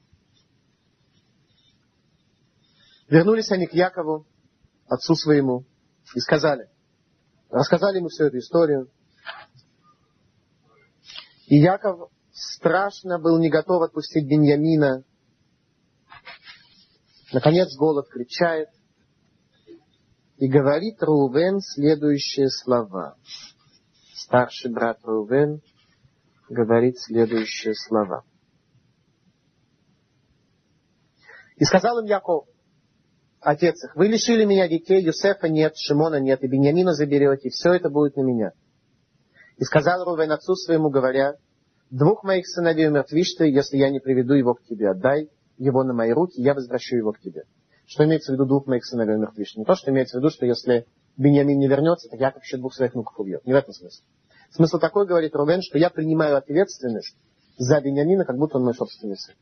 Speaker 1: Вернулись они к Якову, отцу своему, и рассказали ему всю эту историю. И Яков страшно был не готов отпустить Биньямина. Наконец голод кричает. И говорит Реувен следующие слова. Старший брат Реувен говорит следующие слова. И сказал им Яков, отец их, вы лишили меня детей, Юсефа нет, Шимона нет, и Биньямина заберете, и все это будет на меня. И сказал Реувен отцу своему, говоря, 2 моих сыновей умертвишь ты, если я не приведу его к тебе, отдай его на мои руки, я возвращу его к тебе. Что имеется в виду 2 моих сыновей умертвишь? Не то, что имеется в виду, что если Биньямин не вернется, так Яков еще 2 своих внуков убьет. Не в этом смысле. Смысл такой, говорит Реувен, что я принимаю ответственность за Биньямина, как будто он мой собственный сын.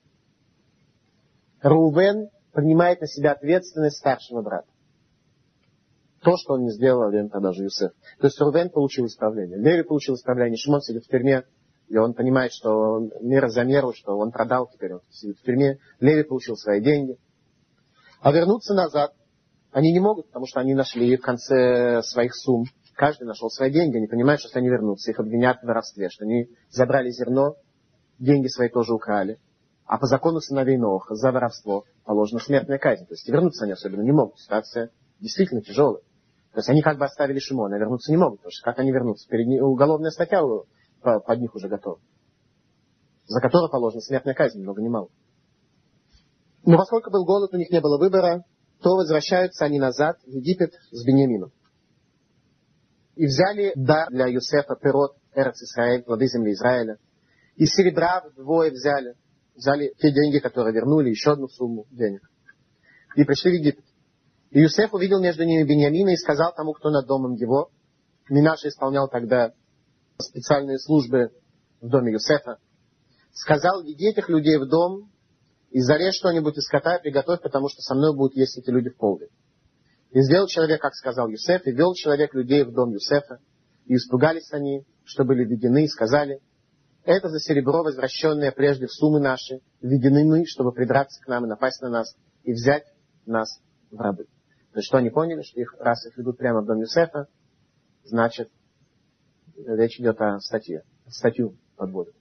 Speaker 1: Реувен принимает на себя ответственность старшего брата. То, что он не сделал во время продажи Юсефа. То есть Реувен получил исправление. Леви получил исправление. Шимон сидит в тюрьме, и он понимает, что мера за меру, что он продал, теперь он сидит в тюрьме. Леви получил свои деньги. А вернуться назад они не могут, потому что они нашли в конце своих сумм. Каждый нашел свои деньги. Они понимают, что если они вернутся, их обвинят в воровстве, что они забрали зерно, деньги свои тоже украли. А по закону сыновей Ноаха за воровство положена смертная казнь. То есть вернуться они особенно не могут. Ситуация действительно тяжелая. То есть они как бы оставили Шимона, а вернуться не могут. Потому что как они вернутся? Уголовная статья под них уже готова. За которую положена смертная казнь, ни много ни мало. Но поскольку был голод, у них не было выбора, то возвращаются они назад в Египет с Биньямином. И взяли дар для Юсефа, пирот, Эрец Исраэль, плоды земли Израиля. И серебра вдвое взяли. Взяли те деньги, которые вернули, еще одну сумму денег. И пришли в Египет. И Юсеф увидел между ними Биньямина и сказал тому, кто над домом его. Минаша исполнял тогда специальные службы в доме Юсефа. Сказал, веди этих людей в дом и зарежь что-нибудь из скота и приготовь, потому что со мной будут есть эти люди в полдень. И сделал человек, как сказал Юсеф, и вел человек людей в дом Юсефа. И испугались они, что были введены, и сказали, это за серебро, возвращенное прежде в суммы наши, введены мы, чтобы придраться к нам и напасть на нас, и взять нас в рабы. То есть, что они поняли, что их, раз их ведут прямо в дом Юсефа, значит, речь идет о статье. Статью подводят.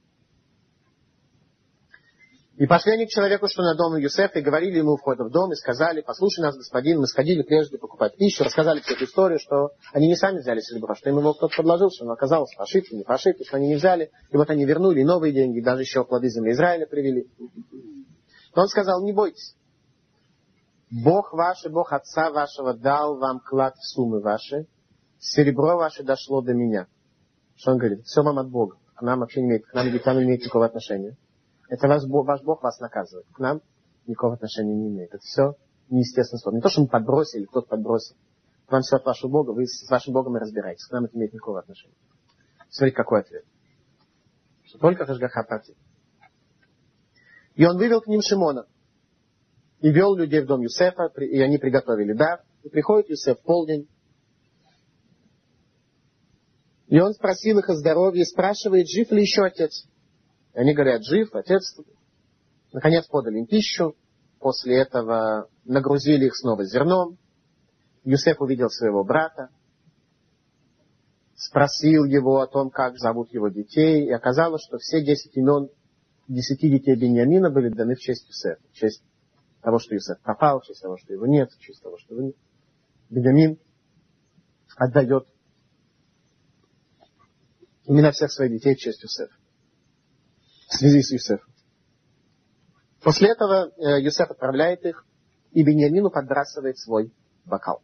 Speaker 1: И пошли они к человеку, что на дом Юсефа, и говорили ему у входа в дом, и сказали, послушай нас, господин, мы сходили прежде покупать пищу, рассказали всю эту историю, что они не сами взяли серебро, что им его кто-то подложил, что оно оказалось прошито, не прошито, что они не взяли, и вот они вернули новые деньги, даже еще плоды земли Израиля привели. Но он сказал, не бойтесь, Бог ваш и Бог отца вашего дал вам клад в суммы ваши, серебро ваше дошло до меня. Что он говорит? Все вам от Бога, к нам вообще не имеет, к нам египтянам не имеет никакого отношения. Это ваш Бог вас наказывает. К нам никакого отношения не имеет. Это все неестественный способ. Не то, что мы подбросили, кто-то подбросил. К вам все от вашего Бога, вы с вашим Богом и разбираетесь. К нам это имеет никакого отношения. Смотрите, какой ответ. Что только Хашгаха Прати. И он вывел к ним Шимона. И вел людей в дом Юсефа, и они приготовили дар. И приходит Юсеф в полдень. И он спросил их о здоровье, спрашивает, жив ли еще отец. И они говорят, жив, отец. Наконец подали им пищу. После этого нагрузили их снова зерном. Юсеф увидел своего брата. Спросил его о том, как зовут его детей. И оказалось, что все 10 имен 10 детей Биньямина были даны в честь Юсефа. В честь того, что Юсеф пропал, в честь того, что его нет, в честь того, что его нет. Биньямин отдает имена всех своих детей в честь Юсефа. В связи с Юсефом. После этого Юсеф отправляет их, и Биньямину подбрасывает свой бокал.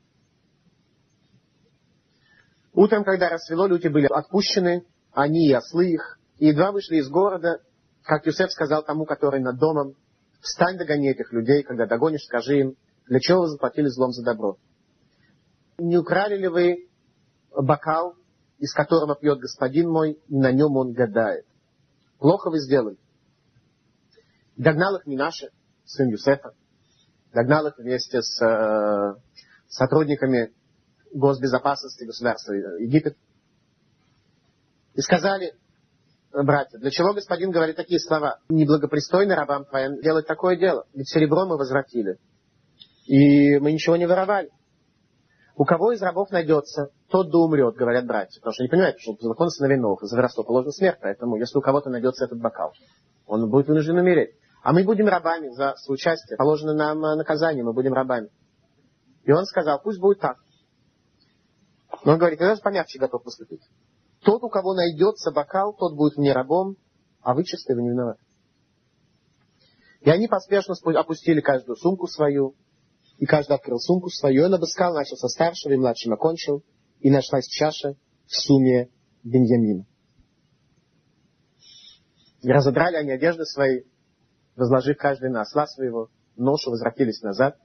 Speaker 1: Утром, когда рассвело, люди были отпущены, они и ослы их, и едва вышли из города, как Юсеф сказал тому, который над домом, Встань, догони этих людей, когда догонишь, скажи им, для чего вы заплатили злом за добро? Не украли ли вы бокал, из которого пьет господин мой, и на нем он гадает? Плохо вы сделали. Догнал их Минаше, сын Юсефа, догнал их вместе с сотрудниками госбезопасности государства Египет. И сказали, братья, для чего господин говорит такие слова? Неблагопристойно рабам твоим делать такое дело. Ведь серебро мы возвратили. И мы ничего не воровали. У кого из рабов найдется, тот да умрет, говорят братья. Потому что они понимают, что по закону сыновей Новых за воровство положена смерть. Поэтому, если у кого-то найдется этот бокал, он будет вынужден умереть. А мы будем рабами за соучастие. Положено нам наказание, мы будем рабами. И он сказал, пусть будет так. Но он говорит, я даже помягче готов поступить. Тот, у кого найдется бокал, тот будет мне рабом, а вы чистые, вы не виноваты. И они поспешно опустили каждую сумку свою, и каждый открыл сумку свою, и он обыскал, начал со старшего и младшим окончил, и нашлась чаша в сумме Беньямина. И разодрали они одежды свои, возложив каждый на осла своего, ношу возвратились назад.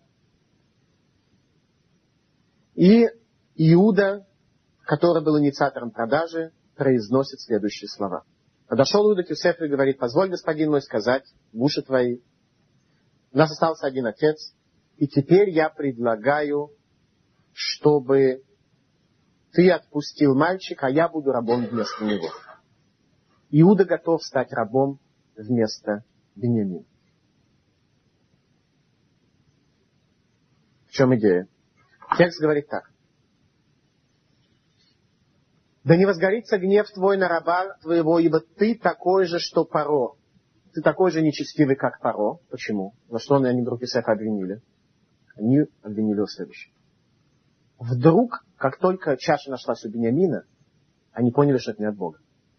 Speaker 1: И Иуда, который был инициатором продажи, произносит следующие слова. Подошел Иуда к Юсефу и говорит, позволь, господин мой, сказать в уши твои, у нас остался один отец, и теперь я предлагаю, чтобы ты отпустил мальчика, а я буду рабом вместо него. Иуда готов стать рабом вместо Беньямина. В чем идея? Текст говорит так. Да не возгорится гнев твой на раба твоего, ибо ты такой же, что Паро. Ты такой же нечестивый, как Паро. Почему? За что они вдруг Юсефа обвинили? Они обвинили его в следующем. Вдруг, как только чаша нашлась у Беньямина, они поняли, что это не от Бога.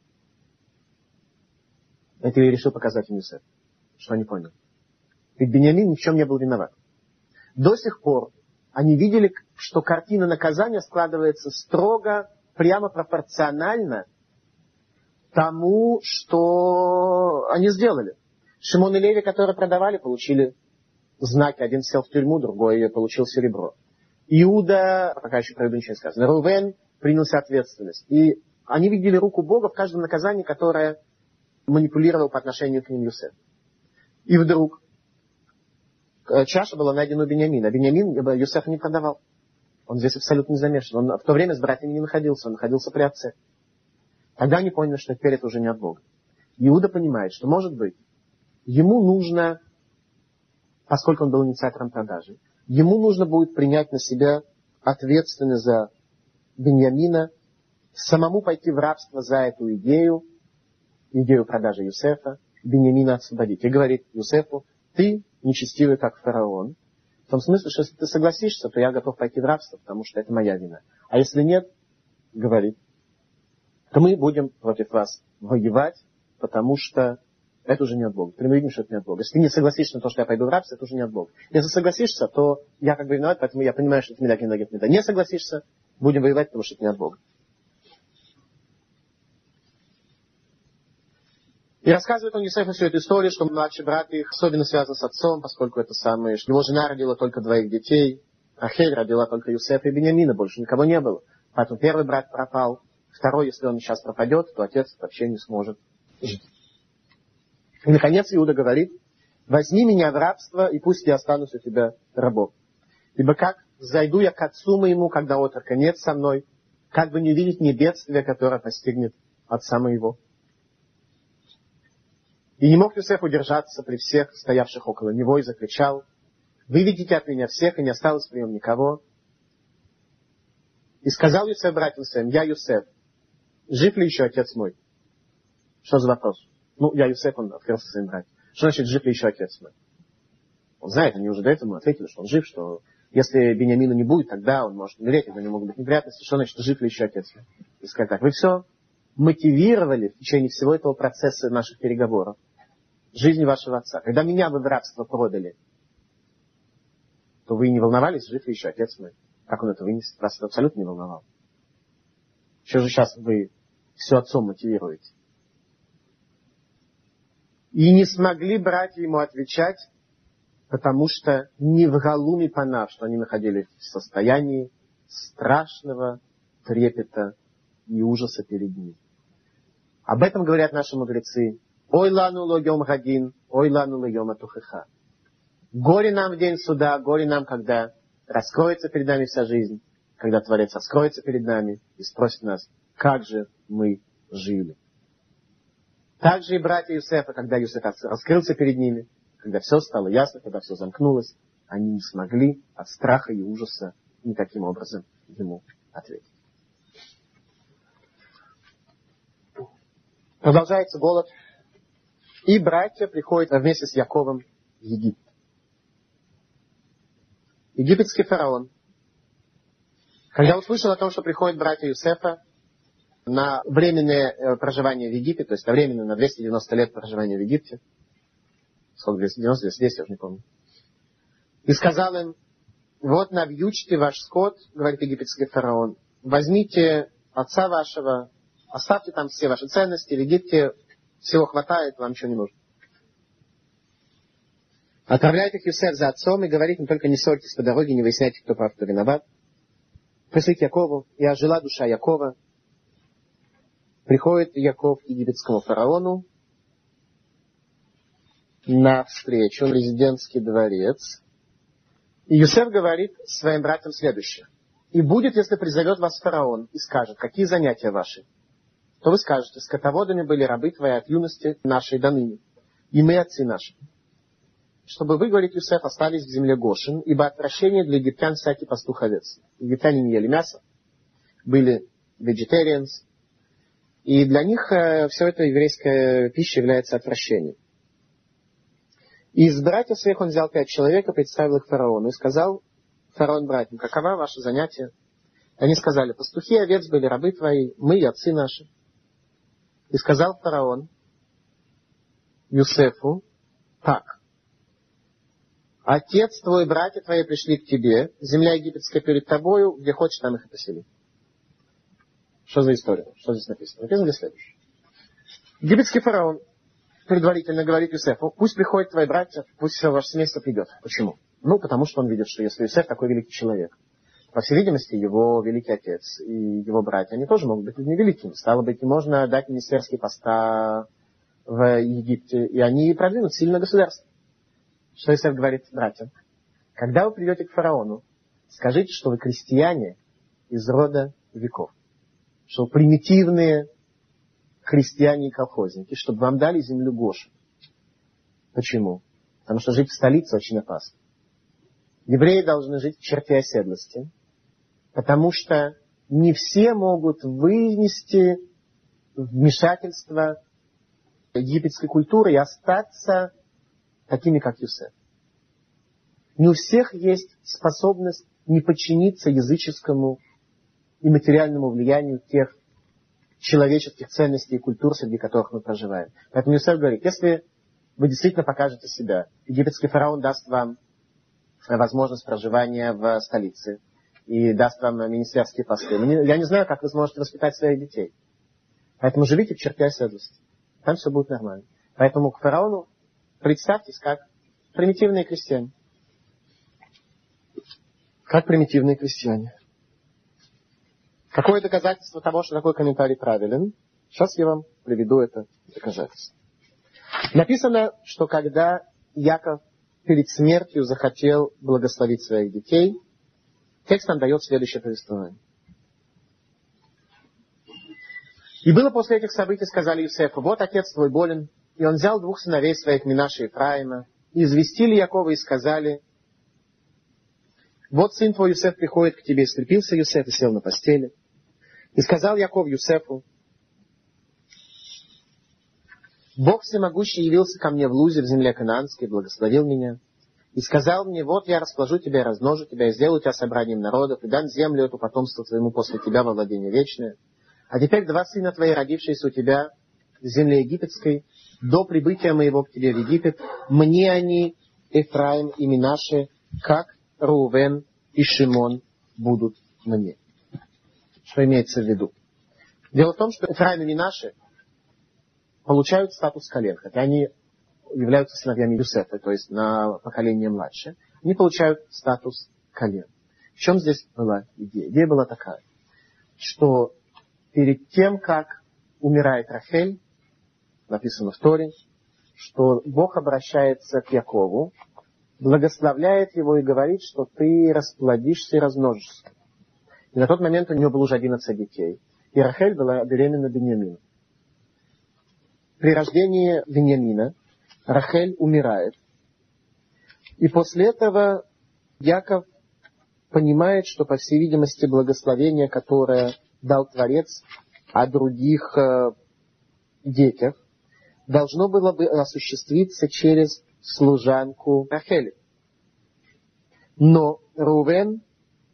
Speaker 1: Это я решил показать им Юсеф. Что они поняли. Ведь Беньямин ни в чем не был виноват. До сих пор они видели, что картина наказания складывается строго, прямо пропорционально тому, что они сделали. Шимон и Леви, которые продавали, получили знаки. Один сел в тюрьму, другой получил серебро. Иуда, пока еще про Иуду ничего не сказано, Рувен принялся ответственность. И они видели руку Бога в каждом наказании, которое манипулировал по отношению к ним Юсеф. И вдруг чаша была найдена у Беньямина. А Беньямин Юсефа не продавал. Он здесь абсолютно не замешан. Он в то время с братьями не находился. Он находился при отце. Тогда они поняли, что теперь это уже не от Бога. Иуда понимает, что, может быть, ему нужно, поскольку он был инициатором продажи, ему нужно будет принять на себя ответственность за Беньямина, самому пойти в рабство за эту идею продажи Юсефа, Беньямина освободить. И говорит Юсефу, ты нечестивый, как фараон. В том смысле, что если ты согласишься, то я готов пойти в рабство, потому что это моя вина. А если нет, говорит, то мы будем против вас воевать, потому что это уже не от Бога. Мы видим, что это не от Бога. Если ты не согласишься на то, что я пойду в рабство, это уже не от Бога. Если согласишься, то я как бы виноват, поэтому я понимаю, что это меда, меда. Не согласишься, будем воевать, потому что это не от Бога. И рассказывает он Юсефу всю эту историю, что младший брат их особенно связан с отцом, поскольку это самое, что его жена родила только 2 детей, Рахель родила только Юсефа и Беньямина, больше никого не было. Поэтому первый брат пропал, второй, если он сейчас пропадет, то отец вообще не сможет жить. И, наконец, Иуда говорит, возьми меня в рабство, и пусть я останусь у тебя рабом. Ибо как зайду я к отцу моему, когда отрока нет со мной, как бы не увидеть мне бедствия, которое постигнет отца моего. И не мог Юсеф удержаться при всех стоявших около него и закричал, выведите от меня всех, и не осталось при нем никого. И сказал Юсеф братьям своим, я Юсеф, жив ли еще отец мой? Что за вопрос? Ну, я Юсеф, он открылся своим братьям. Что значит, жив ли еще отец мой? Он знает, они уже до этого ответили, что он жив, что если Беньямина не будет, тогда он может умереть, у него могут быть неприятности. Что значит, жив ли еще отец мой? И сказать так, вы все мотивировали в течение всего этого процесса наших переговоров жизни вашего отца. Когда меня вы в рабство продали, то вы не волновались, жив ли еще отец мой? Как он это вынесет? Вас это абсолютно не волновало. Что же сейчас вы все отцом мотивируете? И не смогли братья ему отвечать, потому что не в галуме панав, что они находились в состоянии страшного трепета и ужаса перед ним. Об этом говорят наши мудрецы. Ой лану лойом гадин, ой лану лойом атухеха. Горе нам в день суда, горе нам, когда раскроется перед нами вся жизнь, когда Творец раскроется перед нами и спросит нас, как же мы жили. Также и братья Юсефа, когда Юсеф раскрылся перед ними, когда все стало ясно, когда все замкнулось, они не смогли от страха и ужаса никаким образом ему ответить. Продолжается голод, и братья приходят вместе с Яковом в Египет. Египетский фараон, когда услышал о том, что приходят братья Юсефа на временное проживание в Египте, то есть на временное, на 290 лет проживания в Египте, сколько 290, 210, я уже не помню, и сказал им, вот навьючьте ваш скот, говорит египетский фараон, возьмите отца вашего, оставьте там все ваши ценности, в Египте всего хватает, вам ничего не нужно. Отправляет их Юсеф за отцом и говорит им, только не ссорьтесь по дороге, не выясняйте, кто прав, кто виноват. Пришли к Якову, и ожила душа Якова. Приходит Яков к египетскому фараону на встречу в резидентский дворец. И Юсеф говорит своим братьям следующее. И будет, если призовет вас фараон и скажет, какие занятия ваши, то вы скажете, скотоводами были рабы твои от юности нашей до ныне, и мы отцы наши. Чтобы вы, говорит Юсеф, остались в земле Гошен, ибо отвращение для египтян всякий пастух овец. Египтяне не ели мясо, были vegetarians, и для них все это еврейская пища является отвращением. И из братьев своих он взял 5 человек и представил их фараону, и сказал фараон братьям, какова ваше занятие? Они сказали, пастухи овец были рабы твои, мы и отцы наши. И сказал фараон Юсефу так. Отец твой, братья твои пришли к тебе, земля египетская перед тобою, где хочешь, там их и посели. Что за история? Что здесь написано? Написано здесь следующее. Египетский фараон предварительно говорит Юсефу, пусть приходят твои братья, пусть все ваше семейство придет. Почему? Ну, потому что он видит, что если Юсеф такой великий человек, по всей видимости, его великий отец и его братья, они тоже могут быть людьми великими. Стало быть, можно дать министерские поста в Египте, и они продвинут сильно государство. Что Юсеф говорит братьям? Когда вы придете к фараону, скажите, что вы крестьяне из рода веков. Что вы примитивные крестьяне и колхозники, чтобы вам дали землю Гошен. Почему? Потому что жить в столице очень опасно. Евреи должны жить в черте оседлости, потому что не все могут вынести вмешательство египетской культуры и остаться такими, как Юсеф. Не у всех есть способность не подчиниться языческому и материальному влиянию тех человеческих ценностей и культур, среди которых мы проживаем. Поэтому Юсеф говорит, если вы действительно покажете себя, египетский фараон даст вам возможность проживания в столице и даст вам министерские посты. Я не знаю, как вы сможете воспитать своих детей. Поэтому живите в черте оседлости. Там все будет нормально. Поэтому к фараону представьтесь как примитивные крестьяне. Как примитивные крестьяне. Какое доказательство того, что такой комментарий правилен? Сейчас я вам приведу это доказательство. Написано, что когда Яков перед смертью захотел благословить своих детей, текст нам дает следующее повествование. И было после этих событий, сказали Юсефу, вот отец твой болен, и он взял 2 сыновей своих, Минаше и Ефраима, и известили Якова и сказали, вот сын твой Юсеф приходит к тебе, и скрепился Юсеф и сел на постели. И сказал Яков Юсефу, Бог всемогущий явился ко мне в Лузе, в земле Канаанской, и благословил меня. И сказал мне, вот я расположу тебя, размножу тебя, и сделаю тебя собранием народов, и дам землю эту потомству твоему после тебя во владение вечное. А теперь 2 сына твои, родившиеся у тебя в земле египетской, до прибытия моего к тебе в Египет, мне они, Ефраим и Минаше, как Рувен и Шимон будут мне. Что имеется в виду? Дело в том, что Ефраим и Минаше получают статус колен, хотя они являются сыновьями Юсефа, то есть на поколение младше, они получают статус колен. В чем здесь была идея? Идея была такая, что перед тем, как умирает Рахель, написано в Торе, что Бог обращается к Якову, благословляет его и говорит, что ты расплодишься и размножишься. И на тот момент у него было уже 11 детей. И Рахель была беременна Беньямином. При рождении Беньямина Рахель умирает. И после этого Яков понимает, что, по всей видимости, благословение, которое дал Творец о других детях, должно было бы осуществиться через служанку Рахели. Но Рувен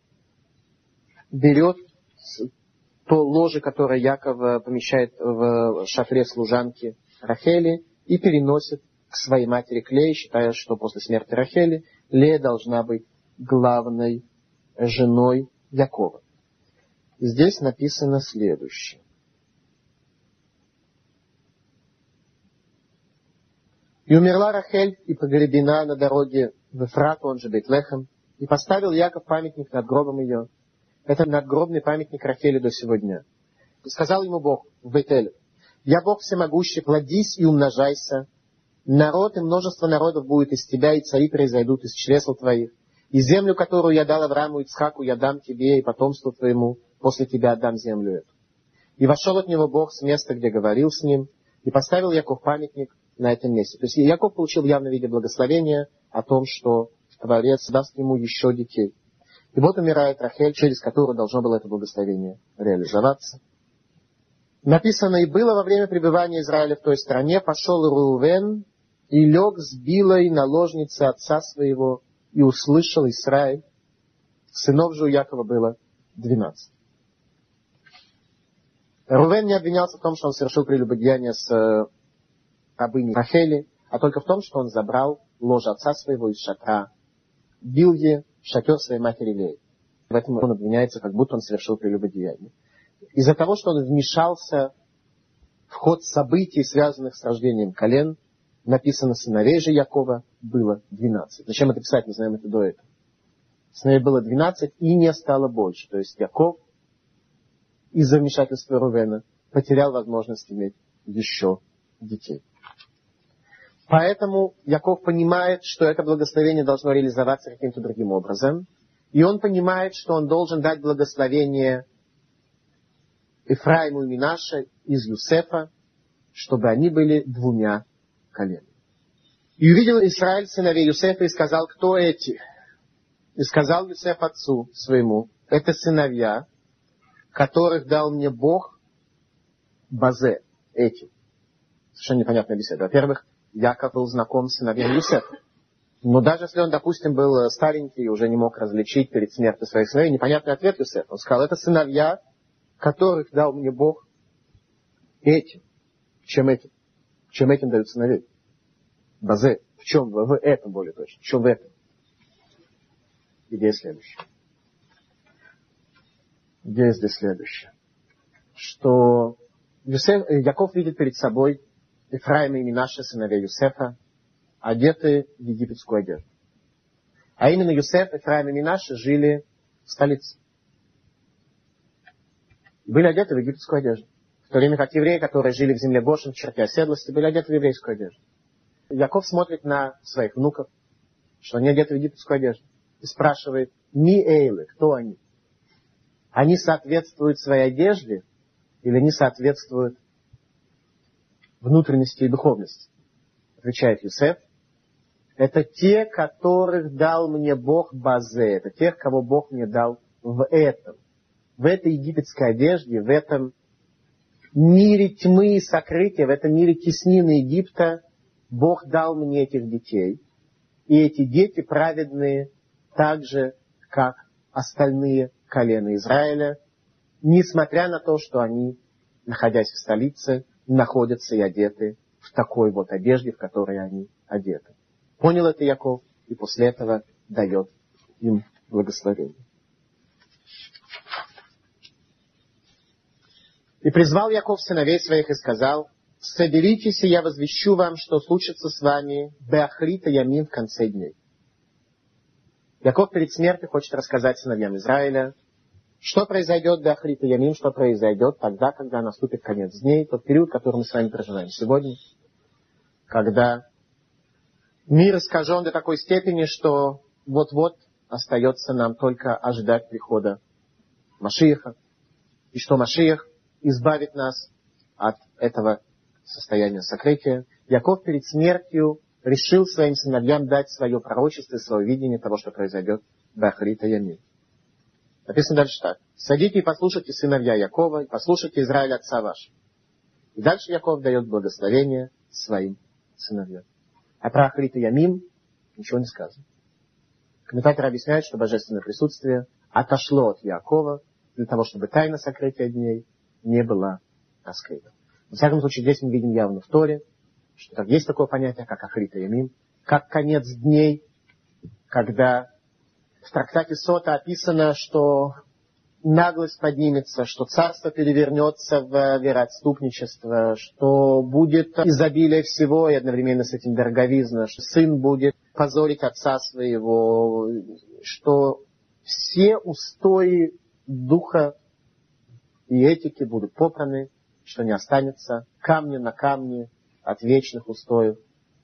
Speaker 1: берет то ложе, которое Яков помещает в шатре служанки Рахели, и переносит к своей матери к Лее, считая, что после смерти Рахели Лея должна быть главной женой Якова. Здесь написано следующее. И умерла Рахель, и погребена на дороге в Эфрат, он же Бейт-Лехем, и поставил Яков памятник над гробом ее. Это надгробный памятник Рахели до сего дня. И сказал ему Бог в Бейт-Эле: «Я Бог всемогущий, плодись и умножайся. Народ и множество народов будет из тебя, и цари произойдут из чресл твоих. И землю, которую я дал Аврааму и Ицхаку, я дам тебе и потомству твоему, после тебя отдам землю эту». И вошел от него Бог с места, где говорил с ним, и поставил Яков памятник на этом месте. То есть Яков получил в явном виде благословения о том, что Творец даст ему еще детей. И вот умирает Рахель, через которую должно было это благословение реализоваться. Написано: «И было во время пребывания Израиля в той стране, пошел Рувен и лег с Билой, наложницы отца своего, и услышал Израиль». Сынов же у Якова было 12. Рувен не обвинялся в том, что он совершил прелюбодеяние с рабыней Рахели, а только в том, что он забрал ложе отца своего из шатра Билги в шатер своей матери Леи. В этом он обвиняется, как будто он совершил прелюбодеяние. Из-за того, что он вмешался в ход событий, связанных с рождением колен, написано: сыновей же Якова было 12. Зачем это писать, мы знаем это до этого. Сыновей было 12 и не стало больше. То есть Яков из-за вмешательства Рувена потерял возможность иметь еще детей. Поэтому Яков понимает, что это благословение должно реализоваться каким-то другим образом. И он понимает, что он должен дать благословение Ефраиму и Минаше из Юсефа, чтобы они были 2 коленами. И увидел Израиль сыновей Юсефа и сказал: кто эти? И сказал Юсеф отцу своему: это сыновья, которых дал мне Бог Базе, эти. Совершенно непонятная беседа. Во-первых, Яков был знаком с сыновьями Юсефа. Но даже если он, допустим, был старенький и уже не мог различить перед смертью своих сыновей, непонятный ответ Юсефа. Он сказал: это сыновья, которых дал мне Бог этим. Чем этим? Чем этим дают сыновей? Базе. В чем? В этом более точно. В чем в этом? Идея следующая. Идея здесь следующая. Что Яков видит перед собой Ефраима и Минаше, сыновей Юсефа, одеты в египетскую одежду. А именно Юсеф, Ефраим и Минаше жили в столице. Были одеты в египетскую одежду. В то время как евреи, которые жили в земле Гошен, в черте оседлости, были одеты в еврейскую одежду. Яков смотрит на своих внуков, что они одеты в египетскую одежду, и спрашивает: ми эйлы, кто они? Они соответствуют своей одежде или не соответствуют внутренности и духовности? Отвечает Юсеф: это те, которых дал мне Бог Базе, это тех, кого Бог мне дал в этой египетской одежде, в этом мире тьмы и сокрытия, в этом мире теснины Египта. Бог дал мне этих детей, и эти дети праведные так же, как остальные колена Израиля, несмотря на то, что они, находясь в столице, находятся и одеты в такой вот одежде, в которой они одеты. Понял это Яков, и после этого дает им благословение. И призвал Яков сыновей своих и сказал: соберитесь, и я возвещу вам, что случится с вами беахрита ямин в конце дней. Яков перед смертью хочет рассказать сыновьям Израиля, что произойдет беахрита ямин, что произойдет тогда, когда наступит конец дней, тот период, который мы с вами проживаем сегодня, когда мир искажен до такой степени, что вот-вот остается нам только ожидать прихода Машиаха, и что Машиах избавит нас от этого состояния сокрытия. Яков перед смертью решил своим сыновьям дать свое пророчество и свое видение того, что произойдет беахрита ямин. Написано дальше так. «Садите и послушайте, сыновья Якова, и послушайте Израиль, отца вашего». И дальше Яков дает благословение своим сыновьям. А про Ахрита Ямим ничего не сказано. Комментаторы объясняют, что божественное присутствие отошло от Якова для того, чтобы тайна сокрытия дней не была раскрыта. Во всяком случае, здесь мы видим явно в Торе, что так, есть такое понятие, как Ахрита Ямим, как конец дней, когда в трактате Сота описано, что наглость поднимется, что царство перевернется в вероотступничество, что будет изобилие всего и одновременно с этим дороговизна, что сын будет позорить отца своего, что все устои духа и этики будут попраны, что не останется камня на камне от вечных устоев,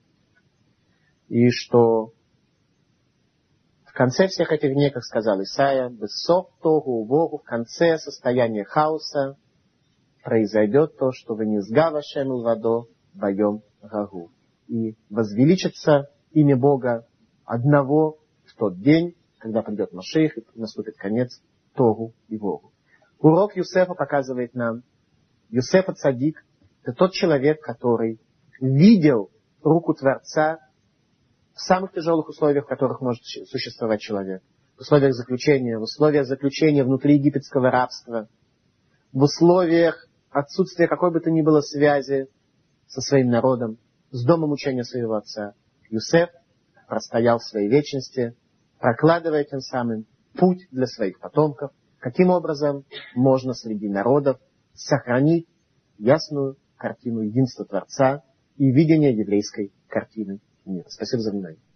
Speaker 1: и что в конце всех этих дней, как сказал Исаия, «Бессов тогу Богу», в конце состояния хаоса произойдет то, что «Венизга вашем вадо боем гагу». И возвеличится имя Бога одного в тот день, когда придет Машиах и наступит конец Тогу и Богу. Урок Юсефа показывает нам, Юсеф ацадик — это тот человек, который видел руку Творца в самых тяжелых условиях, в которых может существовать человек. В условиях заключения внутри египетского рабства, в условиях отсутствия какой бы то ни было связи со своим народом, с домом учения своего отца. Юсеф простоял в своей вечности, прокладывая тем самым путь для своих потомков, каким образом можно среди народов сохранить ясную картину единства Творца и видение еврейской картины мира. Спасибо за внимание.